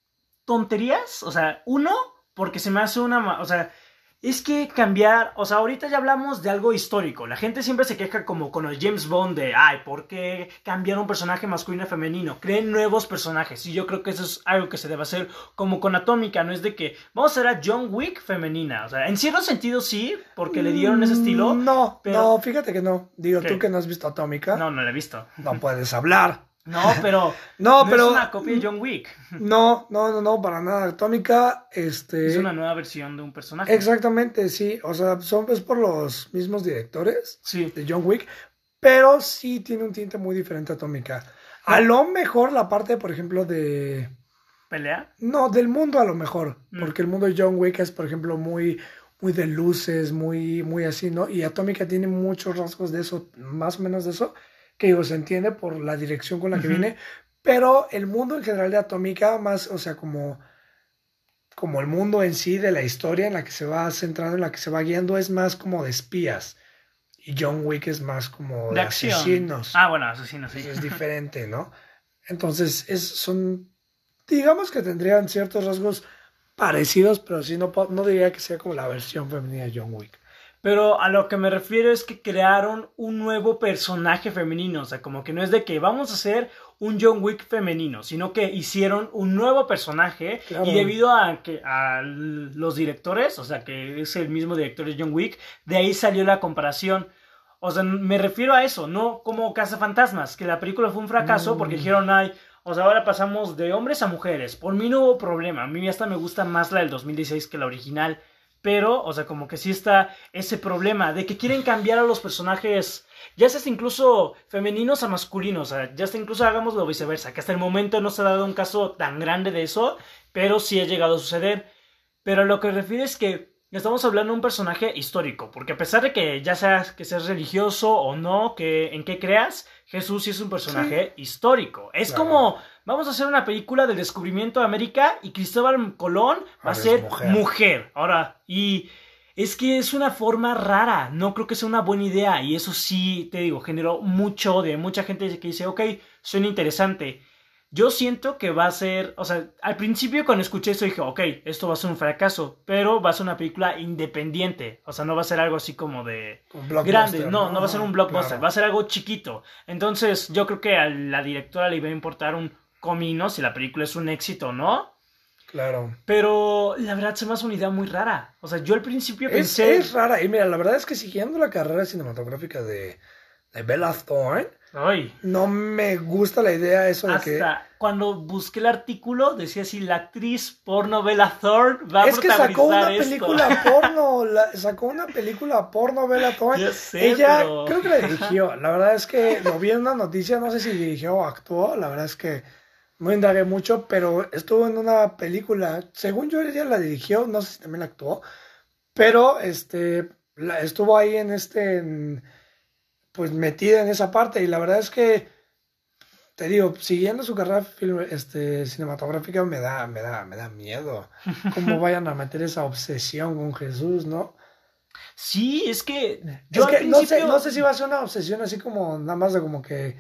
tonterías, o sea, uno, porque se me hace una, ma- o sea, es que cambiar, o sea, ahorita ya hablamos de algo histórico, la gente siempre se queja como con el James Bond de, ay, ¿por qué cambiar un personaje masculino a femenino? Creen nuevos personajes, y yo creo que eso es algo que se debe hacer como con Atómica, no es de que vamos a hacer a John Wick femenina, o sea, en cierto sentido sí, porque le dieron ese estilo, Mm, No, pero- no, fíjate que no. Digo, ¿Qué? tú que no has visto Atómica, no, no lo he visto. no puedes hablar. No, pero No, no pero. es una copia de John Wick. No, no, no, no, para nada. Atómica, este. Es una nueva versión de un personaje. Exactamente, sí. O sea, son pues por los mismos directores Sí. de John Wick, pero sí tiene un tinte muy diferente a Atómica. A lo mejor la parte, por ejemplo, de. ¿Pelea? No, del mundo a lo mejor. Mm. Porque el mundo de John Wick es, por ejemplo, muy, muy de luces, muy, muy así, ¿no? Y Atómica tiene muchos rasgos de eso, más o menos de eso, que digo, se entiende por la dirección con la que Ujú. viene. Pero el mundo en general de Atómica, más, o sea, como, como el mundo en sí de la historia en la que se va centrando, en la que se va guiando, es más como de espías. Y John Wick es más como de, De acción. asesinos. Ah, bueno, asesinos, sí. Es diferente, ¿no? Entonces, es, son, digamos que tendrían ciertos rasgos parecidos, pero sí no, po- no diría que sea como la versión femenina de John Wick. Pero a lo que me refiero es que crearon un nuevo personaje femenino. O sea, como que no es de que vamos a hacer un John Wick femenino, sino que hicieron un nuevo personaje. Claro. Y debido a que a los directores, o sea, que es el mismo director de John Wick, de ahí salió la comparación. O sea, me refiero a eso, no como Cazafantasmas, que la película fue un fracaso Mm. porque dijeron, ay, o sea, ahora pasamos de hombres a mujeres. Por mí no hubo problema. A mí hasta me gusta más la del dos mil dieciséis que la original. Pero, o sea, como que sí está ese problema de que quieren cambiar a los personajes, ya sea incluso femeninos a masculinos, o sea, ya sea incluso hagámoslo viceversa, que hasta el momento no se ha dado un caso tan grande de eso, pero sí ha llegado a suceder. Pero lo que refiere es que estamos hablando de un personaje histórico, porque a pesar de que ya sea que seas religioso o no, que en qué creas, Jesús sí es un personaje histórico. Es Claro. como, vamos a hacer una película del descubrimiento de América y Cristóbal Colón va Ahora a es ser mujer. mujer. Ahora, y es que es una forma rara, no creo que sea una buena idea, y eso sí, te digo, generó mucho odio, mucha gente que dice, ok, suena interesante. Yo siento que va a ser, o sea, al principio cuando escuché esto dije, ok, esto va a ser un fracaso, pero va a ser una película independiente, o sea, no va a ser algo así como de Un blockbuster, grande, no, no va a ser un blockbuster, Claro. va a ser algo chiquito. Entonces, yo creo que a la directora le iba a importar un comino si la película es un éxito o no, Claro. pero la verdad se me hace una idea muy rara. O sea, yo al principio Es, pensé... es rara. Y mira, la verdad es que siguiendo la carrera cinematográfica de, de de Bella Thorne. Ay. No me gusta la idea eso de Hasta que... cuando busqué el artículo decía así, la actriz porno Bella Thorne va a Es que sacó una protagonizar película esto. porno, la- sacó una película porno Bella Thorne. Ya sé, Ella pero... creo que la dirigió. La verdad es que lo vi en una noticia, no sé si dirigió o actuó. La verdad es que no indagué mucho, pero estuvo en una película. Según yo, ella la dirigió, no sé si también la actuó, pero este la- estuvo ahí en este, en- pues metida en esa parte. Y la verdad es que te digo, siguiendo su carrera film- este, cinematográfica me da, me da, me da miedo. Cómo vayan a meter esa obsesión con Jesús, ¿no? Sí, es que yo Es al que no sé, principio... no sé si va a ser una obsesión así como nada más de como que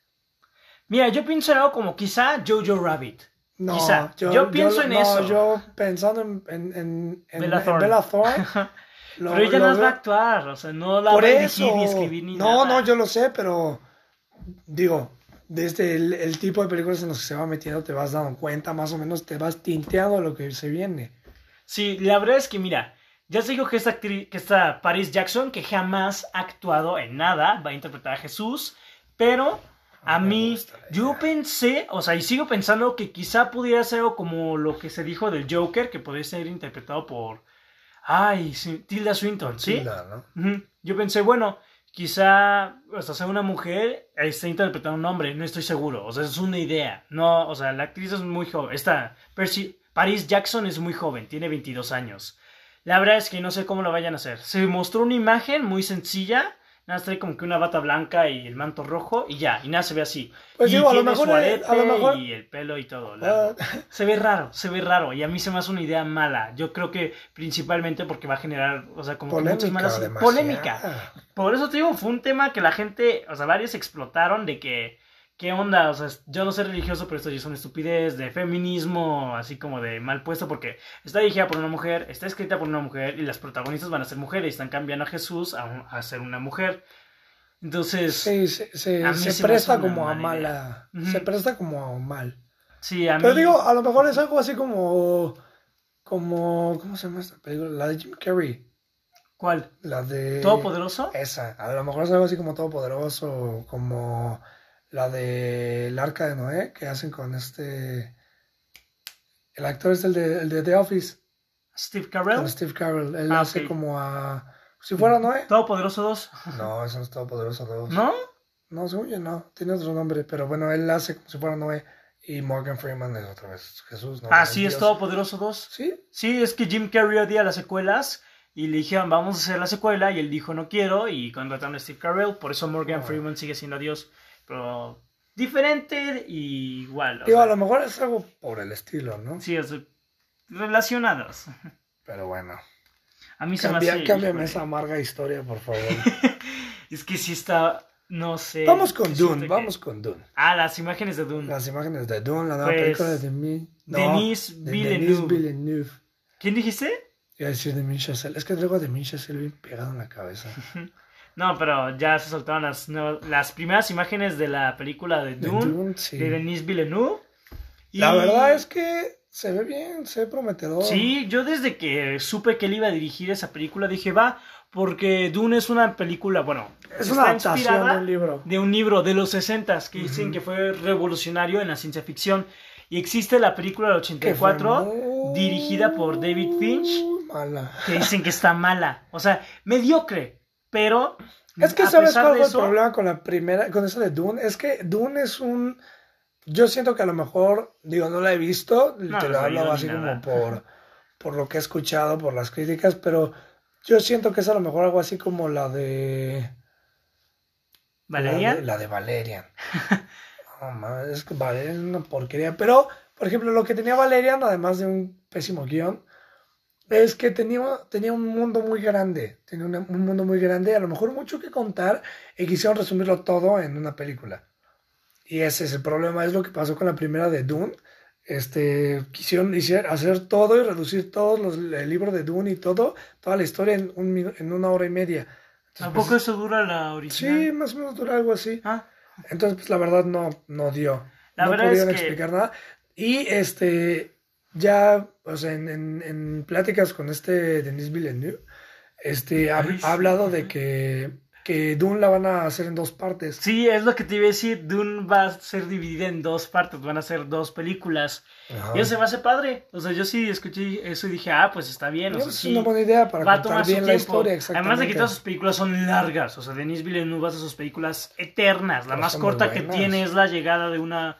Mira, yo pienso en algo como quizá Jojo Rabbit. no, Quizá. yo, Yo pienso en no, eso. yo pensando en, en, en, en- Bella en Thorne. Bella Thorne, lo- Pero ella lo no va a veo- actuar, o sea, no la por va a eso. dirigir ni escribir ni No, nada. no, yo lo sé, pero digo, desde el, el tipo de películas en los que se va metiendo te vas dando cuenta, más o menos te vas tinteando lo que se viene. Sí, la verdad es que mira, ya se dijo que esta, actri- que esta Paris Jackson, que jamás ha actuado en nada, va a interpretar a Jesús, pero a Me mí, gusta la yo idea. pensé, o sea, y sigo pensando que quizá pudiera ser algo como lo que se dijo del Joker, que podría ser interpretado por, ay, sí, Tilda Swinton, ¿sí? Tilda, ¿no? Ujú. Yo pensé, bueno, quizá hasta sea una mujer, está interpretando a un hombre, no estoy seguro, o sea, es una idea, no, o sea, la actriz es muy joven, esta Percy, Paris Jackson es muy joven, tiene veintidós años. La verdad es que no sé cómo lo vayan a hacer. Se mostró una imagen muy sencilla, nada más trae como que una bata blanca y el manto rojo y ya, y nada se ve así. Pues y digo, a lo tiene mejor, su eh, arete a lo mejor- y el pelo y todo. largo. Ah, Se ve raro, se ve raro. Y a mí se me hace una idea mala. Yo creo que principalmente porque va a generar, o sea, como que muchas polémica, malas... demasiada. Polémica. Por eso te digo, fue un tema que la gente, o sea, varios explotaron de que, ¿qué onda? O sea, yo no soy religioso, pero esto ya es una estupidez de feminismo, así como de mal puesto, porque está dirigida por una mujer, está escrita por una mujer y las protagonistas van a ser mujeres y están cambiando a Jesús a, un- a ser una mujer. Entonces, Sí, se, se, A mí se se me presta hace una como a mala idea. mala. Ujú. Se presta como a mal. sí, a mí... Pero digo, a lo mejor es algo así como. Como. ¿Cómo se llama esta película? La de Jim Carrey. ¿Cuál? La de. ¿Todopoderoso? Esa. A lo mejor es algo así como Todopoderoso. Como la de El Arca de Noé. Que hacen con este. El actor es el de, el de The Office. ¿Steve Con Carell? Steve Carell. Él Ah, hace ok. como a. Si fuera Noé. ¿Todopoderoso dos? No, eso no es Todopoderoso dos. ¿No? No, según yo no, tiene otro nombre, pero bueno, él hace como si fuera Noé y Morgan Freeman es otra vez Jesús, ¿no? Ah, El sí, es Dios. Todopoderoso dos. Sí, Sí, es que Jim Carrey odia las secuelas y le dijeron, vamos a hacer la secuela y él dijo, no quiero y contrataron a Steve Carell, por eso Morgan Oh. Freeman sigue siendo Dios, pero diferente y igual. o digo, sea, a lo mejor es algo por el estilo, ¿no? Sí, o sea, relacionados. Pero bueno, A mí se me Cambia, hace... cámbiame híjole, esa amarga historia, por favor. Es que sí está, no sé. Vamos con siento Dune, que- vamos con Dune. Ah, las imágenes de Dune. Las imágenes de Dune, la nueva Pues, película de Denis, no, Denis de Villeneuve. Denis Villeneuve. ¿Quién dijiste? Iba a decir Denis Chazelle, es que traigo a Denis Chazelle bien pegado en la cabeza. No, pero ya se soltaron las, nuevas- las primeras imágenes de la película de De Dune, Dune, sí. de Denis Villeneuve. Y- La verdad es que se ve bien, se ve prometedor. Sí, yo desde que supe que él iba a dirigir esa película dije, va, porque Dune es una película, bueno, Es está una adaptación inspirada de un libro. de un libro de los sesentas que dicen que fue revolucionario en la ciencia ficción. Y existe la película del ochenta y Que fue cuatro muy dirigida por David Finch, mala. que dicen que está mala. O sea, mediocre, pero... Es que a sabes pesar cuál de fue el eso- problema con la primera, con eso de Dune, es que Dune es un, yo siento que a lo mejor, digo, no la he visto, No, te no lo he hablo oído así ni como nada. por, por lo que he escuchado, por las críticas, pero yo siento que es a lo mejor algo así como la de ¿Valeria? La de, la de Valerian. No, mames, es que Valerian es una porquería. Pero, por ejemplo, lo que tenía Valerian, además de un pésimo guión, es que tenía, tenía un mundo muy grande. Tenía una- un mundo muy grande, a lo mejor mucho que contar, y quisieron resumirlo todo en una película. Y ese es el problema, es lo que pasó con la primera de Dune. Este, quisieron hici- hacer todo y reducir todo los, el libro de Dune y todo, toda la historia en, un, minu- en una hora y media. Entonces, ¿Tampoco pues, eso dura la original? sí, más o menos dura algo así. Ah, Entonces, pues la verdad no, no dio. La no verdad pudieron es que- explicar nada. Y este, ya, o sea, en, en, en pláticas con este Denis Villeneuve, este, ha, Ay, sí. ha hablado de que que Dune la van a hacer en dos partes. Sí, es lo que te iba a decir. Dune va a ser dividida en dos partes. Van a ser dos películas. Ajá. Y eso se me hace padre. O sea, yo sí escuché eso y dije, ah, pues está bien. O sea, Es sí, una buena idea para va a contar tomar su bien la tiempo. historia, exactamente. Además de que todas sus películas son largas. O sea, Denis Villeneuve hace sus películas eternas. La Pero más son muy corta que buenas. tiene es la llegada de una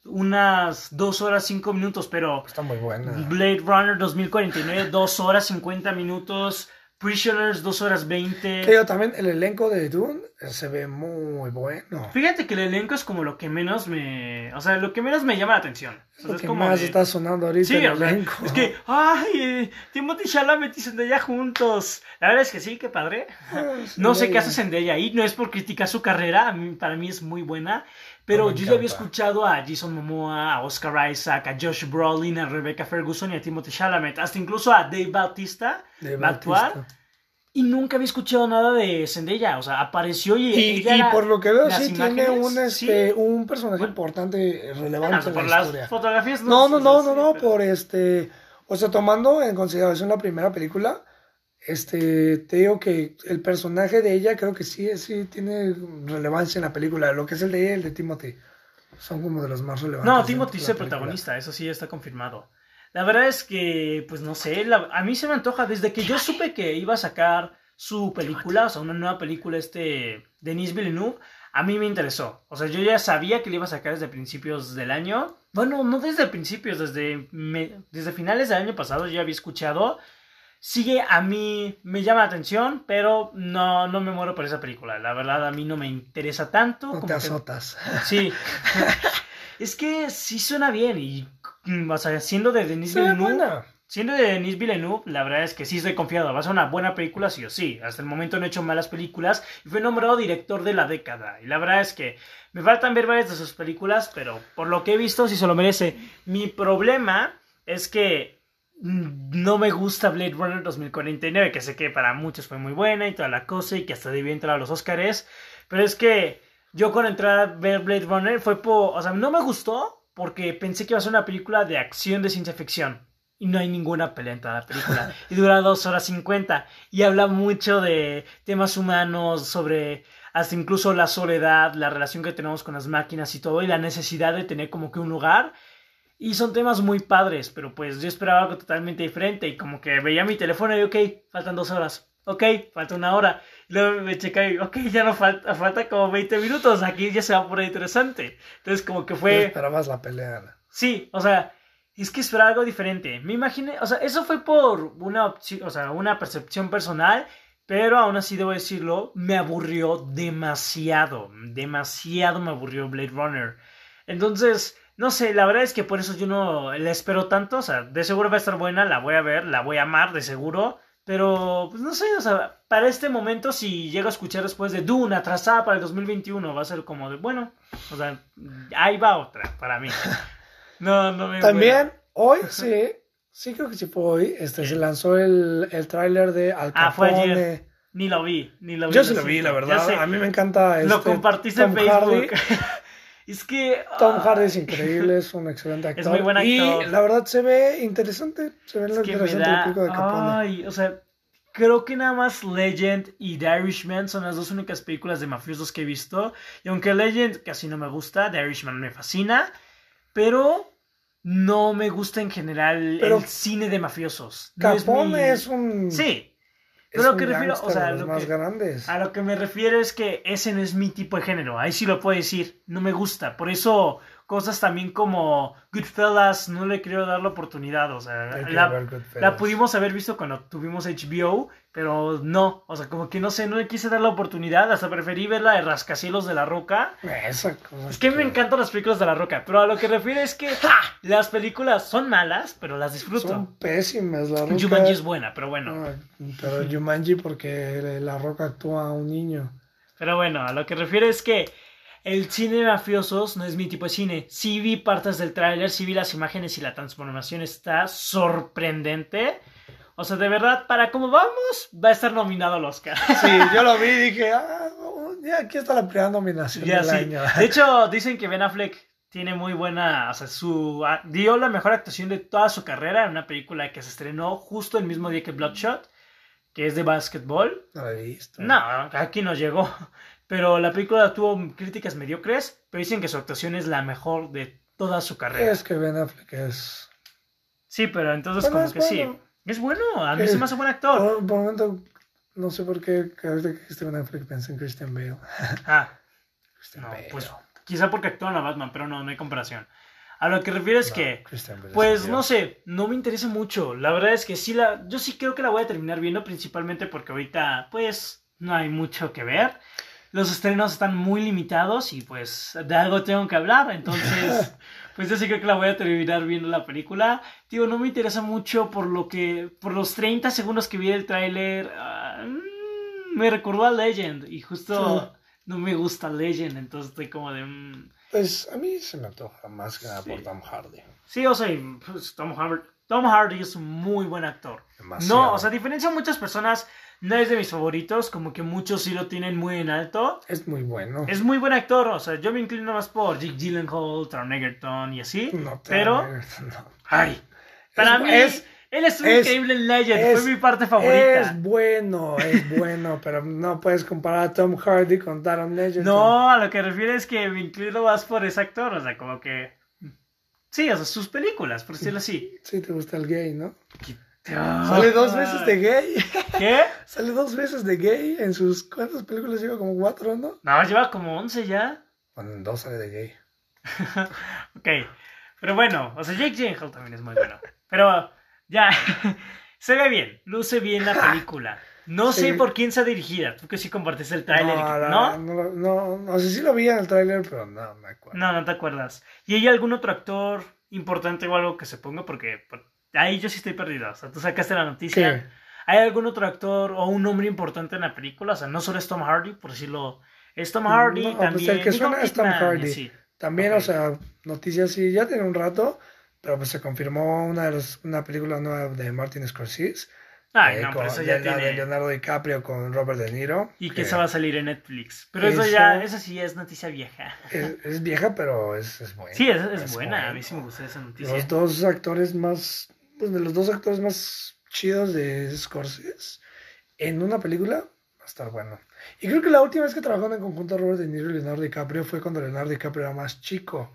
unas dos horas cinco minutos, pero Está muy buena. Blade Runner dos mil cuarenta y nueve, dos horas cincuenta minutos. Prisoners, dos horas veinte. Que yo también, el elenco de Dune eh, se ve muy bueno. Fíjate que el elenco es como lo que menos me... O sea, lo que menos me llama la atención. O sea, Lo es que como más de- está sonando ahorita Sí, el o sea, elenco. es que, ay, eh, Timothy Chalamet y Zendaya juntos. La verdad es que sí, qué padre. Ah, No sé Zendaya. qué hace Zendaya ahí, no es por criticar su carrera, a mí- para mí es muy buena, pero No, me yo ya había encanta. escuchado a Jason Momoa, a Oscar Isaac, a Josh Brolin, a Rebecca Ferguson y a Timothy Chalamet, hasta incluso a Dave Bautista De va a actuar, Bautista. y nunca había escuchado nada de Zendaya, o sea, apareció y, Y, ella y era- por lo que veo, las sí tiene imágenes, un, este, sí. un personaje Bueno. importante, relevante Bueno, o sea, en por la las historia. fotografías No, no, o sea, no, sí, no, no, pero- por este, o sea, tomando en consideración la primera película, este, te digo que el personaje de ella creo que sí, sí tiene relevancia en la película, lo que es el de ella y el de Timothy, son como de los más relevantes. No, dentro Timothy de es la el película. protagonista, eso sí está confirmado. La verdad es que, pues no sé, la- a mí se me antoja, desde que yo supe que iba a sacar su película, o sea, una nueva película, este, Denis Villeneuve, a mí me interesó. O sea, yo ya sabía que le iba a sacar desde principios del año. Bueno, no desde principios, desde, me- desde finales del año pasado yo ya había escuchado. Sigue, a mí me llama la atención, pero no, no me muero por esa película. La verdad, a mí no me interesa tanto. No como te que- azotas. Sí. Es que sí suena bien y, mm, o sea, siendo de Denis Se ve Villeneuve, buena. siendo de Denis Villeneuve, la verdad es que sí estoy confiado. Va a ser una buena película, sí o sí. Hasta el momento no he hecho malas películas y fue nombrado director de la década. Y la verdad es que me faltan ver varias de sus películas, pero por lo que he visto sí se lo merece. Mi problema es que mm, no me gusta Blade Runner dos mil cuarenta y nueve, que sé que para muchos fue muy buena y toda la cosa y que hasta debió entrar a los Oscars, pero es que yo cuando entré a ver Blade Runner fue por... O sea, no me gustó porque pensé que iba a ser una película de acción de ciencia ficción. Y no hay ninguna pelea en toda la película. Y dura dos horas cincuenta. Y habla mucho de temas humanos, sobre hasta incluso la soledad, la relación que tenemos con las máquinas y todo. Y la necesidad de tener como que un lugar. Y son temas muy padres, pero pues yo esperaba algo totalmente diferente. Y como que veía mi teléfono y ok, faltan dos horas. Ok, falta una hora. Y luego me checaba y ok, ya no falta, falta como veinte minutos. Aquí ya se va a poner interesante. Entonces como que Tú fue... esperabas la pelea. Sí, o sea, es que esperaba algo diferente. Me imaginé, o sea, eso fue por una opción, o sea, una percepción personal, pero aún así debo decirlo, me aburrió demasiado, demasiado me aburrió Blade Runner. Entonces, no sé, la verdad es que por eso yo no la espero tanto, o sea, de seguro va a estar buena, la voy a ver, la voy a amar, de seguro. Pero, pues no sé, o sea, para este momento, si llego a escuchar después de Dune, atrasada para el dos mil veintiuno, va a ser como de, bueno, o sea, ahí va otra para mí. No, no me También, hoy sí, sí creo que sí fue hoy, este, se lanzó el, el tráiler de Al Ah, fue Capone. ayer. Ni lo vi, ni lo vi. Yo sí lo lo vi, siento. la Ya verdad. sé, A mí me encanta este, lo compartiste Tom en Facebook. Hardy. Es que... Tom ah, Hardy es increíble, es un excelente actor. muy buen actor. Y la verdad se ve interesante, se ve Es lo que me interesante el da... pico de Capone. Ay, o sea, creo que nada más Legend y The Irishman son las dos únicas películas de mafiosos que he visto. Y aunque Legend casi no me gusta, The Irishman me fascina. Pero no me gusta en general Pero el cine de mafiosos. No es Capone mi- es un... Sí. es Pero lo un que refiero, o gángster sea, de los lo más que- grandes. A lo que me refiero es que ese no es mi tipo de género. Ahí sí lo puedo decir. No me gusta. Por eso cosas también como Goodfellas no le quiero dar la oportunidad. O sea, Hay que la, ver Goodfellas. la pudimos haber visto cuando tuvimos H B O, pero no. O sea, como que no sé, no le quise dar la oportunidad. Hasta preferí ver la de Rascacielos de la Roca. Esa cosa Es que me encantan las películas de la Roca. Pero a lo que refiero es que ¡ja! Las películas son malas, pero las disfruto. Son pésimas, la Roca. Jumanji es buena, pero bueno. Ah, pero Jumanji porque la Roca actúa a un niño. Pero bueno, a lo que refiero es que el cine de mafiosos no es mi tipo de cine. Sí vi partes del tráiler, sí vi las imágenes y la transformación está sorprendente. O sea, de verdad, para cómo vamos, va a estar nominado al Oscar. Sí, yo lo vi y dije, ah, ya aquí está la primera nominación Ya del sí. año. De hecho, dicen que Ben Affleck tiene muy buena, o sea, su ah, dio la mejor actuación de toda su carrera en una película que se estrenó justo el mismo día que Bloodshot. que es de básquetbol. No la he visto. No, aquí no llegó. Pero la película tuvo críticas mediocres, pero dicen que su actuación es la mejor de toda su carrera. Es que Ben Affleck es... Sí, pero entonces Bueno, como es que bueno. sí. Es bueno, a mí Eh, se me hace buen actor. Por, por un momento, no sé por qué, cada vez que dijiste Ben Affleck pensé en Christian Bale. Ah, Christian no, Bale. pues quizá porque actúa en la Batman, pero no, no hay comparación. A lo que refiero es No, que, Christian Bale es pues un no dios. sé, no me interesa mucho. La verdad es que sí la, yo sí creo que la voy a terminar viendo, principalmente porque ahorita, pues, no hay mucho que ver. Los estrenos están muy limitados y pues de algo tengo que hablar, entonces pues yo sí creo que la voy a terminar viendo la película. Digo, no me interesa mucho por lo que, por los treinta segundos que vi el tráiler, ah, mm, me recordó a Legend y justo Sí. no me gusta Legend, entonces estoy como de... mm, Pues a mí se me antoja más que nada Sí. por Tom Hardy. Sí, o sea, y, pues, Tom Hardy, Tom Hardy es un muy buen actor. Demasiado. No, o sea, a diferencia de muchas personas, no es de mis favoritos, como que muchos sí lo tienen muy en alto. Es muy bueno. Es muy buen actor, o sea, yo me inclino más por Jake Gyllenhaal, Taron Egerton y así. No te pero, no. ay, para Es- mí, es- él estuvo es- increíble en Legend, es- fue mi parte favorita. Es bueno, es bueno, pero no puedes comparar a Tom Hardy con Taron Egerton. No, a lo que refiere es que me inclino más por ese actor, o sea, como que... Sí, o sea, sus películas, por decirlo así. Sí, te gusta el gay, ¿no? Ah. Sale dos veces de gay. ¿Qué? Sale dos veces de gay en sus... ¿Cuántas películas lleva? Como cuatro, ¿no? No, lleva como once ya. Bueno, en dos sale de gay. Ok, pero bueno, o sea, Jake Gyllenhaal también es muy bueno. Pero ya, se ve bien, luce bien la película. No Sí. sé por quién está dirigida, tú que sí compartiste el tráiler. y que- la- ¿No? No, no, no, no sé si lo vi en el tráiler, pero no me acuerdo. No, no te acuerdas. ¿Y hay algún otro actor importante o algo que se ponga? Porque pues, ahí yo sí estoy perdido. O sea, tú sacaste la noticia. ¿Qué? ¿Hay algún otro actor o un nombre importante en la película? O sea, no solo es Tom Hardy, por decirlo. Es Tom Hardy, No, pues también. el que suena Nicole es Tom Kidman y Hardy. así. También, Ok. o sea, noticias sí, ya tiene un rato, pero pues se confirmó una, de los- una película nueva de Martin Scorsese. Ay, eh, no, con, pero eso ya de, la de tiene. Leonardo DiCaprio con Robert De Niro. Y que esa va a salir en Netflix. Pero eso, Eso- ya, eso sí es noticia vieja. es, es vieja, pero es, es buena. Sí, es, es buena. buena. A mí sí me gusta esa noticia. Los dos actores más, pues de los dos actores más chidos de Scorsese en una película va a estar bueno. Y creo que la última vez que trabajaron en conjunto Robert De Niro y Leonardo DiCaprio fue cuando Leonardo DiCaprio era más chico.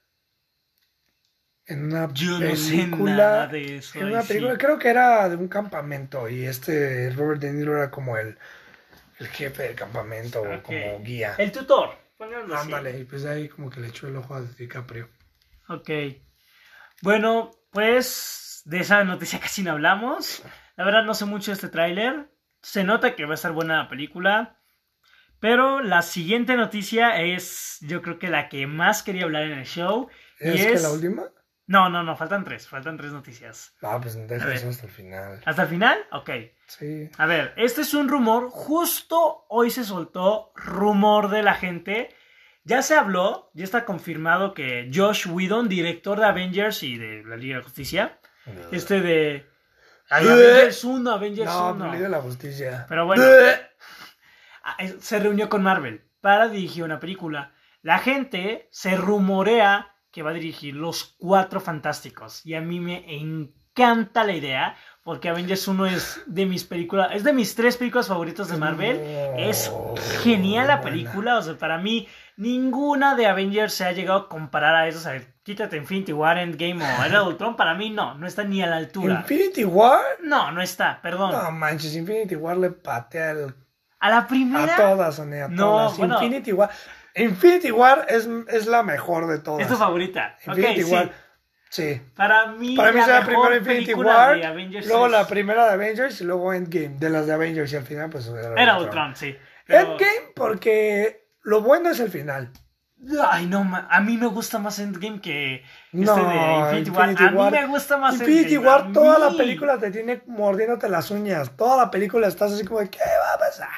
En una Yo película, no sé nada de eso. en ahí una sí. película, creo que era de un campamento y este Robert De Niro era como el, el jefe del campamento o Ok. como guía. El tutor. Pónganlo así. Ándale, y pues de ahí como que le echó el ojo a DiCaprio. Ok. Bueno, pues de esa noticia casi no hablamos. La verdad no sé mucho de este tráiler. Se nota que va a estar buena la película. Pero la siguiente noticia es, yo creo que la que más quería hablar en el show. Y ¿Es, es... que la última? No, no, no, faltan tres. Faltan tres noticias. No, pues A deja ver. eso hasta el final. ¿Hasta el final? Ok. Sí. A ver, este es un rumor. Justo hoy se soltó rumor de la gente. Ya se habló, ya está confirmado que Josh Whedon, director de Avengers y de la Liga de la Justicia, este de ay, Avengers uno, Avengers No, uno. Liga de la Justicia. Pero bueno, ah, eh, se reunió con Marvel para dirigir una película. La gente se rumorea que va a dirigir Los Cuatro Fantásticos. Y a mí me encanta la idea, porque Avengers uno es de mis películas, es de mis tres películas favoritas de Marvel. Es genial la buena. película, o sea, para mí ninguna de Avengers se ha llegado a comparar a eso. O sea, quítate Infinity War, Endgame o Era de Ultron, para mí no, no está ni a la altura. Infinity War. No, no está, perdón. No manches, Infinity War le patea el- A la a primera todas, Sonia, a No, todas. bueno. Infinity War. Infinity War es, es la mejor de todas. es tu favorita. Infinity Ok, War. sí. Sí. Para mí, Para mí la será mejor primero Infinity película War, de Avengers luego es- la primera de Avengers y luego Endgame, de las de Avengers y al final pues era, Era Ultron. Ultron, sí. Pero- Endgame porque lo bueno es el final. Ay, no, ma- a mí me gusta más Endgame que este No, de Infinity War. Infinity A mí War- me gusta más Infinity Endgame. War, a toda la mí. película te tiene mordiéndote las uñas. Toda la película estás así como de, ¿qué va a pasar?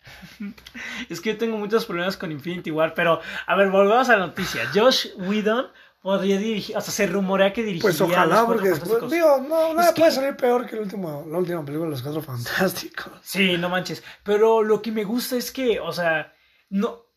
Es que yo tengo muchos problemas con Infinity War, pero a ver, volvamos a la noticia. Josh Whedon podría dirigir, o sea, se rumorea que dirigiría Pues Los ojalá, Cuatro porque después, Fantásticos. digo, no, nada Es que- puede salir peor que el último, la última película de Los Cuatro Fantásticos. Sí, no manches. Pero lo que me gusta es que, o sea, no,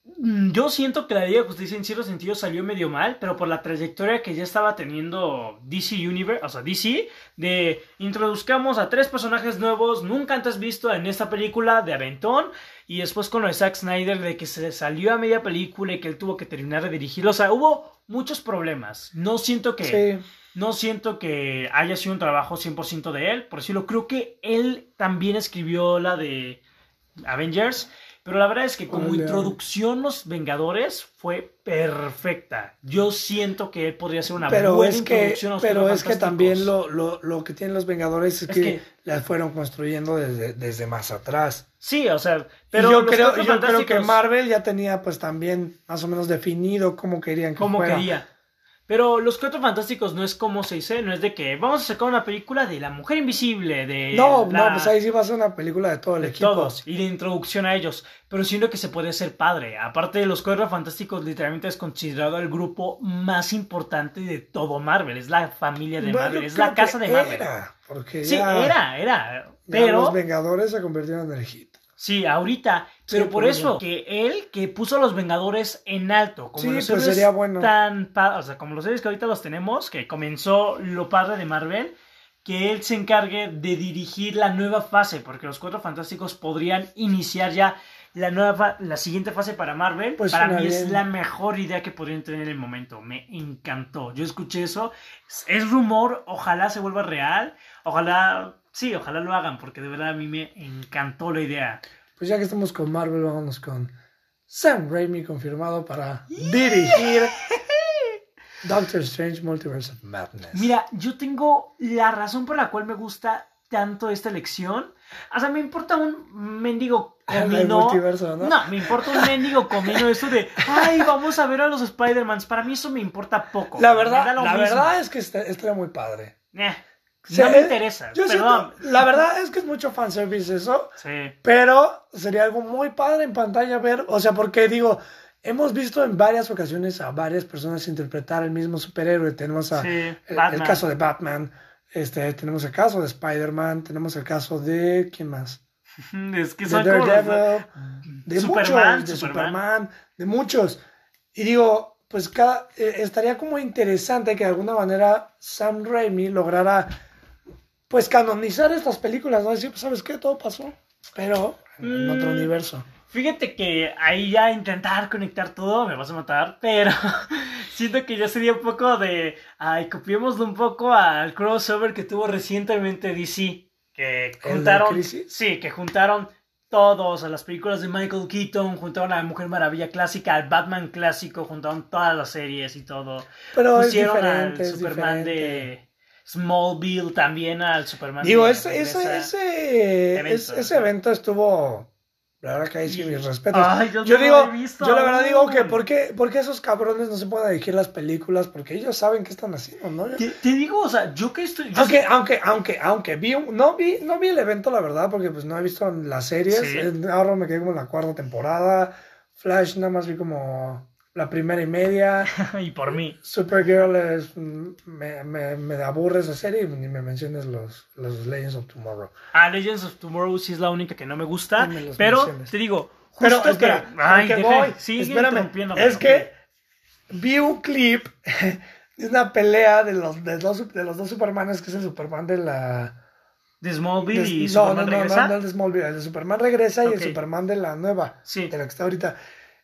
Yo siento que la Liga de Justicia en cierto sentido salió medio mal, pero por la trayectoria que ya estaba teniendo D C Universe, o sea, D C, de introduzcamos a tres personajes nuevos nunca antes visto en esta película de aventón, y después con lo de Zack Snyder de que se salió a media película y que él tuvo que terminar de dirigirlo, o sea, hubo muchos problemas. No siento que... Sí. No siento que haya sido un trabajo cien por ciento de él, por decirlo, creo que él también escribió la de Avengers, pero la verdad es que como Ole, introducción Los Vengadores fue perfecta. Yo siento que él podría ser una pero buena es que, introducción a los pero Cuatro es que Fantásticos. también lo, lo, lo que tienen los Vengadores es, Es que, que- las fueron construyendo desde, desde más atrás. Sí, o sea, Pero pero yo los creo, Cuatro yo creo que Fantásticos, Marvel ya tenía pues también más o menos definido cómo querían que como fuera. quería. Pero Los Cuatro Fantásticos no es como se dice, no es de que vamos a sacar una película de la Mujer Invisible, de No, la- no, pues ahí sí va a ser una película de todo el de equipo. todos y de introducción a ellos, pero siento que se puede ser padre. Aparte de Los Cuatro Fantásticos, literalmente es considerado el grupo más importante de todo Marvel, es la familia de Bueno, Marvel, es creo la casa que de Marvel. Era, porque Sí, ya, era, era, ya pero los Vengadores se convirtieron en el hit. sí, ahorita, pero Sí, por por eso eso. que él que puso a los Vengadores en alto, como Sí, los pues héroes sería bueno. tan pa- o sea, como los héroes que ahorita los tenemos, que comenzó lo padre de Marvel, que él se encargue de dirigir la nueva fase, porque los Cuatro Fantásticos podrían iniciar ya la nueva fa- la siguiente fase para Marvel. Pues para suena mí es bien. la mejor idea que podrían tener en el momento. Me encantó. Yo escuché eso. Es, es rumor, ojalá se vuelva real. Ojalá, sí, ojalá lo hagan, porque de verdad a mí me encantó la idea. Pues ya que estamos con Marvel, vámonos con Sam Raimi confirmado para dirigir Doctor Strange Multiverse of Madness. Mira, yo tengo la razón por la cual me gusta tanto esta elección. O sea, me importa un mendigo El comino. multiverso, ¿no? No, me importa un mendigo comino eso de, ay, vamos a ver a los Spider-Mans. Para mí eso me importa poco. La Me verdad, da lo la mismo. verdad es que está- estaría muy padre. Eh, Sí, no me interesa, yo perdón. siento- la verdad es que es mucho fanservice eso, Sí. pero sería algo muy padre en pantalla ver, o sea, porque digo, hemos visto en varias ocasiones a varias personas interpretar el mismo superhéroe. Tenemos a, Sí, el, el Batman. caso de Batman, este, tenemos el caso de Spider-Man, tenemos el caso de, ¿quién más? Es que De son como los- Daredevil, de Superman, muchos, de Superman. Superman, de muchos. Y digo, pues cada, eh, estaría como interesante que de alguna manera Sam Raimi lograra pues canonizar estas películas, ¿no? Decir, pues, ¿sabes qué? Todo pasó, pero en Mm. otro universo. Fíjate que ahí ya intentar conectar todo me vas a matar, pero siento que ya sería un poco de, ay, copiémoslo un poco al crossover que tuvo recientemente D C, que de juntaron, Crisis? sí, que juntaron todos a las películas de Michael Keaton, juntaron a la Mujer Maravilla clásica, al Batman clásico, juntaron todas las series y todo, Pero es pusieron diferente, al es Superman diferente. de Smallville también, al Superman Digo, de ese, ese, Regresa. ese, Evento. ese, ese evento estuvo, la verdad que ahí sí mis respetos. Ay, yo yo no digo, lo he visto yo la verdad digo que aún. ¿por qué, por qué esos cabrones no se pueden dirigir las películas? Porque ellos saben qué están haciendo, ¿no? Te, te digo, o sea, yo que estoy... yo Aunque, sé- aunque, aunque, aunque vi, un- no vi, no vi el evento, la verdad, porque pues no he visto las series. Sí. Eh, Ahora me quedé como en la cuarta temporada. Flash nada más vi como la primera y media. y por mí. Supergirl es, mm, me, me, me aburre esa serie y ni me menciones los, los Legends of Tomorrow. Ah, Legends of Tomorrow sí es la única que no me gusta, Ni me los pero menciones. te digo, Pero justo espera, que... Ay, porque deja- voy, sigue espérame, interrumpiéndome, es ok. que vi un clip de una pelea de los, de, dos, de los dos Supermanes, que es el Superman de la... De Smallville de- y no, Superman no, no, regresa. no, no, el de Smallville, el de Superman regresa y Ok. el Superman de la nueva, Sí. de la que está ahorita.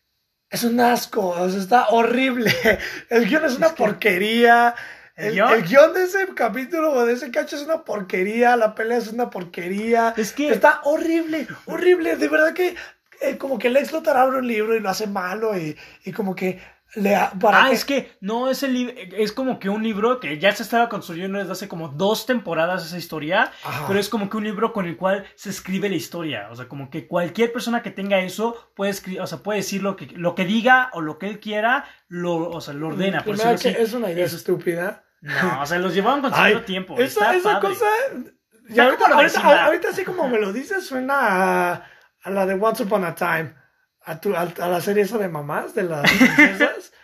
Es un asco, o sea, está horrible. El guión es una Es que- porquería. ¿El El, guión? el guión de ese capítulo o de ese cacho es una porquería. La pelea es una porquería. Es que- Está horrible, horrible. De verdad que eh, como que Lex Luthor abre un libro y lo hace malo y, y como que le... ha- Para Ah, que- es que no es el lib- es como que un libro que ya se estaba construyendo desde hace como dos temporadas esa historia, Ajá. pero es como que un libro con el cual se escribe la historia, o sea, como que cualquier persona que tenga eso puede escribir, o sea, puede decir lo que lo que diga o lo que él quiera, lo, o sea, lo ordena, por Primero decirlo que así. es una idea Es- estúpida. No, o sea, los llevaban construyendo tiempo. Esa, Está esa padre. cosa. Está Ya ahorita, como ahorita, vecindad. ahorita así como me lo dices, suena a, a la de Once Upon a Time. A, tu, a, a la serie esa de mamás, de las princesas.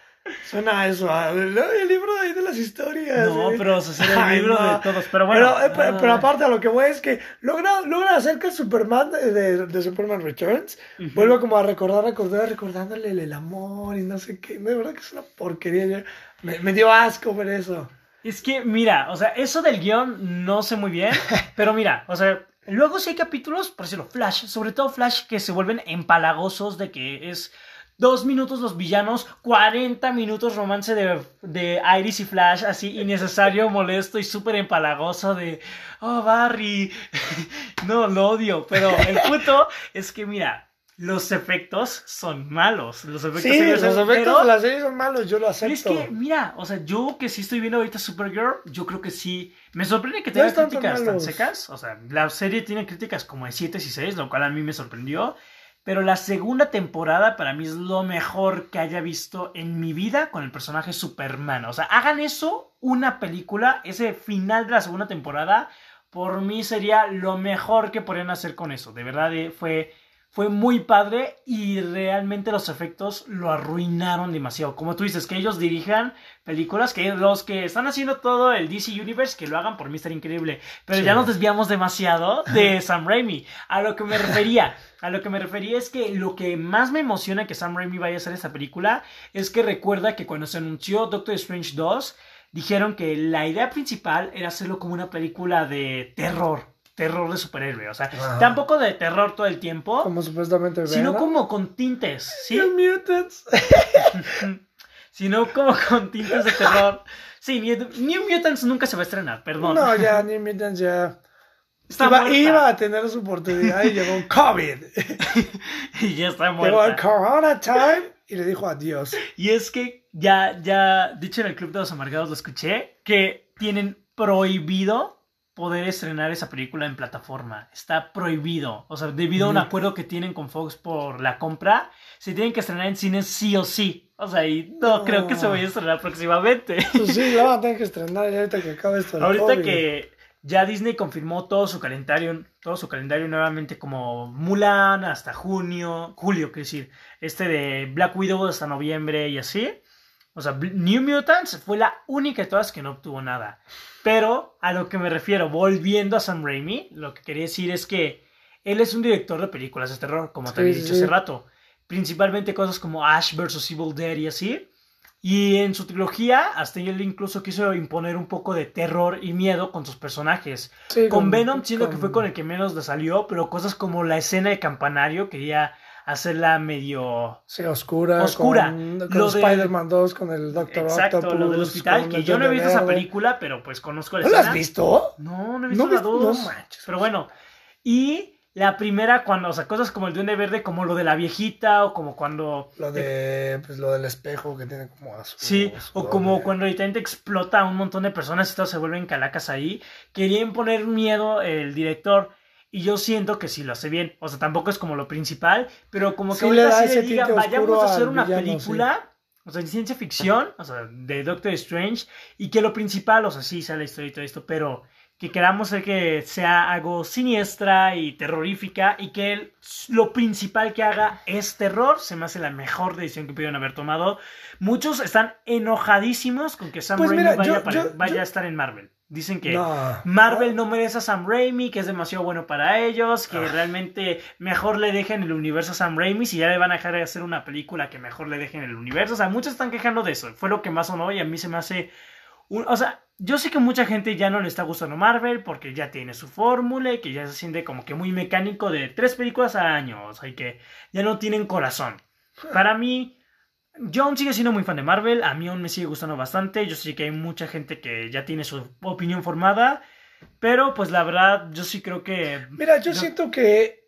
Suena a eso, a- ¿no? El libro de ahí de las historias. No, ¿eh? pero o sea, sería el Ay, libro no. de todos. Pero bueno. Pero, eh, pero, ah, pero aparte a lo que voy es que logra, logra hacer que el Superman de, de, de Superman Returns Ujú. vuelva como a recordar, recordar, recordándole el, el amor y no sé qué. De verdad que es una porquería. Yo- me, me dio asco ver eso. Es que, mira, o sea, eso del guión no sé muy bien, pero mira, o sea, luego sí hay capítulos, por decirlo, Flash, sobre todo Flash, que se vuelven empalagosos de que es dos minutos los villanos, cuarenta minutos romance de, de Iris y Flash, así innecesario, molesto y súper empalagoso de, oh, Barry, no, lo odio, pero el punto es que, mira, los efectos son malos, los efectos Sí, ellos los son- efectos pero- de la serie son malos, yo lo pero acepto. es que, mira, o sea, yo que sí estoy viendo ahorita Supergirl, yo creo que sí. Me sorprende que No tenga están tan críticas tan malos. secas. O sea, la serie tiene críticas como de siete y seis, lo cual a mí me sorprendió. Pero la segunda temporada para mí es lo mejor que haya visto en mi vida con el personaje Superman. O sea, hagan eso una película, ese final de la segunda temporada, por mí sería lo mejor que podrían hacer con eso. De verdad, eh, fue... Fue muy padre y realmente los efectos lo arruinaron demasiado. Como tú dices, que ellos dirijan películas, que los que están haciendo todo el D C Universe, que lo hagan por mí estaría increíble. Pero Sí. ya nos desviamos demasiado de Sam Raimi. A lo que me refería, a lo que me refería es que lo que más me emociona que Sam Raimi vaya a hacer esta película es que recuerda que cuando se anunció Doctor Strange dos, dijeron que la idea principal era hacerlo como una película de terror. Terror de superhéroe, o sea, Ajá. tampoco de terror todo el tiempo, Como supuestamente sino Venom. como con tintes, ¿sí? New Mutants. Sino como con tintes de terror. Sí, New, New Mutants nunca se va a estrenar, perdón. No, ya New Mutants ya Está iba, muerta. iba a tener su oportunidad y llegó COVID. Y ya está Llegó el muerta. Corona Time y le dijo adiós. Y es que ya, ya, dicho en el Club de los Amargados lo escuché, que tienen prohibido poder estrenar esa película en plataforma. Está prohibido. O sea, debido a un Ujú. acuerdo que tienen con Fox por la compra, se tienen que estrenar en cines sí o sí. O sea, y no No. creo que se vaya a estrenar próximamente. Pues sí, la van a tener que estrenar ya ahorita que acabe esto. del Ahorita COVID. que ya Disney confirmó todo su calendario, todo su calendario nuevamente como Mulan hasta junio, julio, quiero decir, este de Black Widow hasta noviembre y así. O sea, New Mutants fue la única de todas que no obtuvo nada. Pero a lo que me refiero, volviendo a Sam Raimi, lo que quería decir es que él es un director de películas de terror, como te Sí, había sí, dicho sí. hace rato. Principalmente cosas como Ash versus. Evil Dead y así. Y en su trilogía, hasta él incluso quiso imponer un poco de terror y miedo con sus personajes. Sí, Con Venom, siento que fue con el que menos le salió, pero cosas como la escena del campanario, quería hacerla medio... Sí, oscura. Oscura. Con, con Lo de- Spider-Man dos, con el Doctor Exacto, Octopus. lo del hospital, con que el yo no he Duende visto esa Verde. película, pero pues conozco la ¿No la escena. has visto? No, no he visto No, la vis- dos. no manches. Pero bueno, y la primera cuando, o sea, cosas como el Duende Verde, como lo de la viejita, o como cuando... Lo de, pues lo del espejo que tiene como azul. Sí, o azul, como eh. cuando literalmente explota a un montón de personas y todos se vuelven calacas ahí. Quería imponer miedo el director. Y yo siento que sí lo hace bien. O sea, tampoco es como lo principal. Pero como que Sí le ahorita da sí ese le diga, tinte vayamos oscuro a hacer al una villano, película. O sea, de ciencia ficción. O sea, de Doctor Strange. Y que lo principal, o sea, sí sea la historia y todo esto. Pero que queramos hacer que sea algo siniestra y terrorífica. Y que él, lo principal que haga es terror. Se me hace la mejor decisión que pudieron haber tomado. Muchos están enojadísimos con que Sam Pues Raimi mira, vaya, yo- a apare- yo- vaya yo- a estar en Marvel. Dicen que No. Marvel no merece a Sam Raimi, que es demasiado bueno para ellos, que Ah. realmente mejor le dejen el universo a Sam Raimi, si ya le van a dejar de hacer una película que mejor le dejen el universo. O sea, muchos están quejando de eso. Fue lo que más sonó y a mí se me hace... un- o sea, yo sé que mucha gente ya no le está gustando Marvel porque ya tiene su fórmula y que ya se siente como que muy mecánico de tres películas al año. O sea, y que ya no tienen corazón. Para mí... Yo aún sigo siendo muy fan de Marvel, a mí aún me sigue gustando bastante, yo sé que hay mucha gente que ya tiene su opinión formada, pero pues la verdad yo sí creo que... Mira, yo No. siento que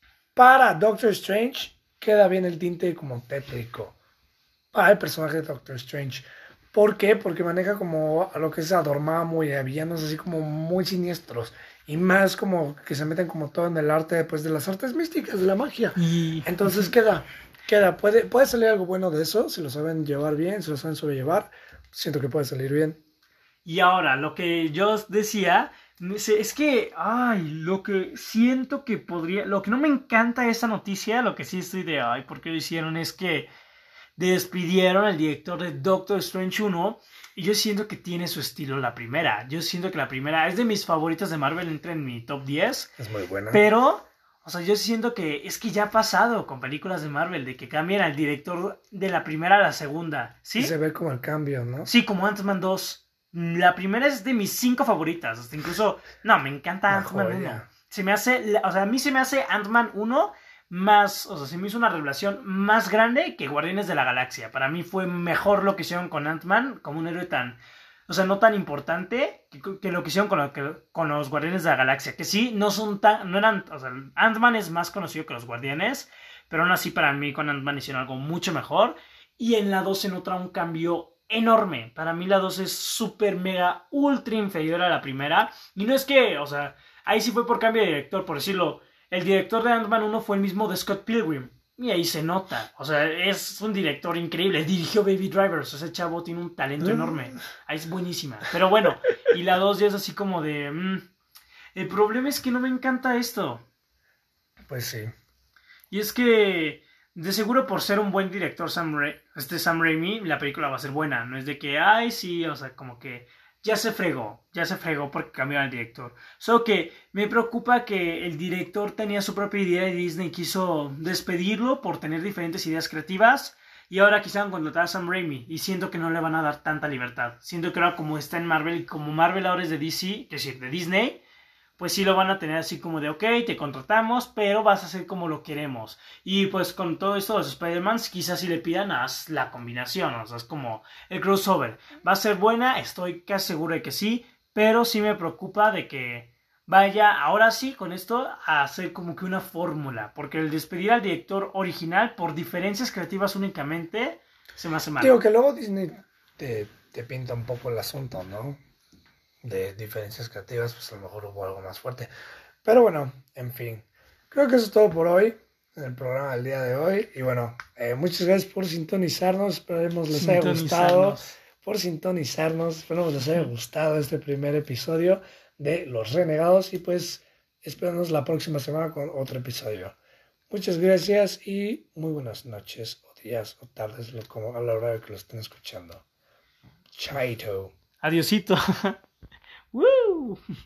para Doctor Strange queda bien el tinte como tétrico. Para el personaje de Doctor Strange. ¿Por qué? Porque maneja como a lo que es a Dormammu y a villanos así como muy siniestros. Y más como que se meten como todo en el arte, pues de las artes místicas, de la magia. Y, Entonces queda, queda, puede, puede salir algo bueno de eso, si lo saben llevar bien, si lo saben sobrellevar, siento que puede salir bien. y ahora, lo que yo os decía, es que, ay, lo que siento que podría, lo que no me encanta de esta noticia, lo que sí estoy de, ay, ¿por qué lo hicieron? Es que despidieron al director de Doctor Strange uno y yo siento que tiene su estilo la primera. Yo siento que la primera es de mis favoritas de Marvel, entra en mi top diez. Es muy buena. Pero, o sea, yo siento que es que ya ha pasado con películas de Marvel, de que cambian al director de la primera a la segunda, ¿sí? Y se ve como el cambio, ¿no? Sí, como Ant-Man dos. La primera es de mis cinco favoritas. Hasta incluso, no, me encanta Ant-Man uno. Se me hace, o sea, a mí se me hace Ant-Man uno más, o sea, se me hizo una revelación más grande que Guardianes de la Galaxia. Para mí fue mejor lo que hicieron con Ant-Man, como un héroe tan, o sea, no tan importante que, que lo que hicieron con, lo, que, con los Guardianes de la Galaxia. Que sí, no son tan, no eran, o sea, Ant-Man es más conocido que los Guardianes, pero aún así para mí con Ant-Man hicieron algo mucho mejor. Y en la dos se nota un cambio enorme. Para mí la dos es súper, mega, ultra inferior a la primera. Y no es que, o sea, ahí sí fue por cambio de director, por decirlo. El director de Ant-Man uno fue el mismo de Scott Pilgrim. Y ahí se nota. O sea, es un director increíble. Dirigió Baby Drivers. Ese chavo tiene un talento enorme. Ahí es buenísima. Pero bueno, y la dos ya es así como de... Mmm, el problema es que no me encanta esto. Pues sí. Y es que... De seguro por ser un buen director Sam Ra- este Sam Raimi, la película va a ser buena. No es de que, ay, sí, o sea, como que... Ya se fregó, ya se fregó porque cambiaron al director. Solo que me preocupa que el director tenía su propia idea y Disney quiso despedirlo por tener diferentes ideas creativas. Y ahora quisieron contratar a Sam Raimi y siento que no le van a dar tanta libertad. Siento que ahora como está en Marvel y como Marvel ahora es de D C, es decir, de Disney, pues sí lo van a tener así como de, ok, te contratamos, pero vas a hacer como lo queremos. Y pues con todo esto de los Spider-Man, quizás si le pidan, haz la combinación, o sea, es como el crossover. ¿Va a ser buena? Estoy casi seguro de que sí, pero sí me preocupa de que vaya, ahora sí, con esto, a hacer como que una fórmula. Porque el despedir al director original por diferencias creativas únicamente, se me hace mal. Digo que luego Disney te, te pinta un poco el asunto, ¿no? De diferencias creativas, pues a lo mejor hubo algo más fuerte. Pero bueno, en fin. Creo que eso es todo por hoy, en el programa del día de hoy. Y bueno, eh, muchas gracias por sintonizarnos. Esperemos les haya gustado. Por sintonizarnos. Esperemos les haya gustado este primer episodio de Los Renegados. Y pues, espéranos la próxima semana con otro episodio. Muchas gracias y muy buenas noches, o días, o tardes, como a la hora de que lo estén escuchando. Chaito. Adiosito. Woo!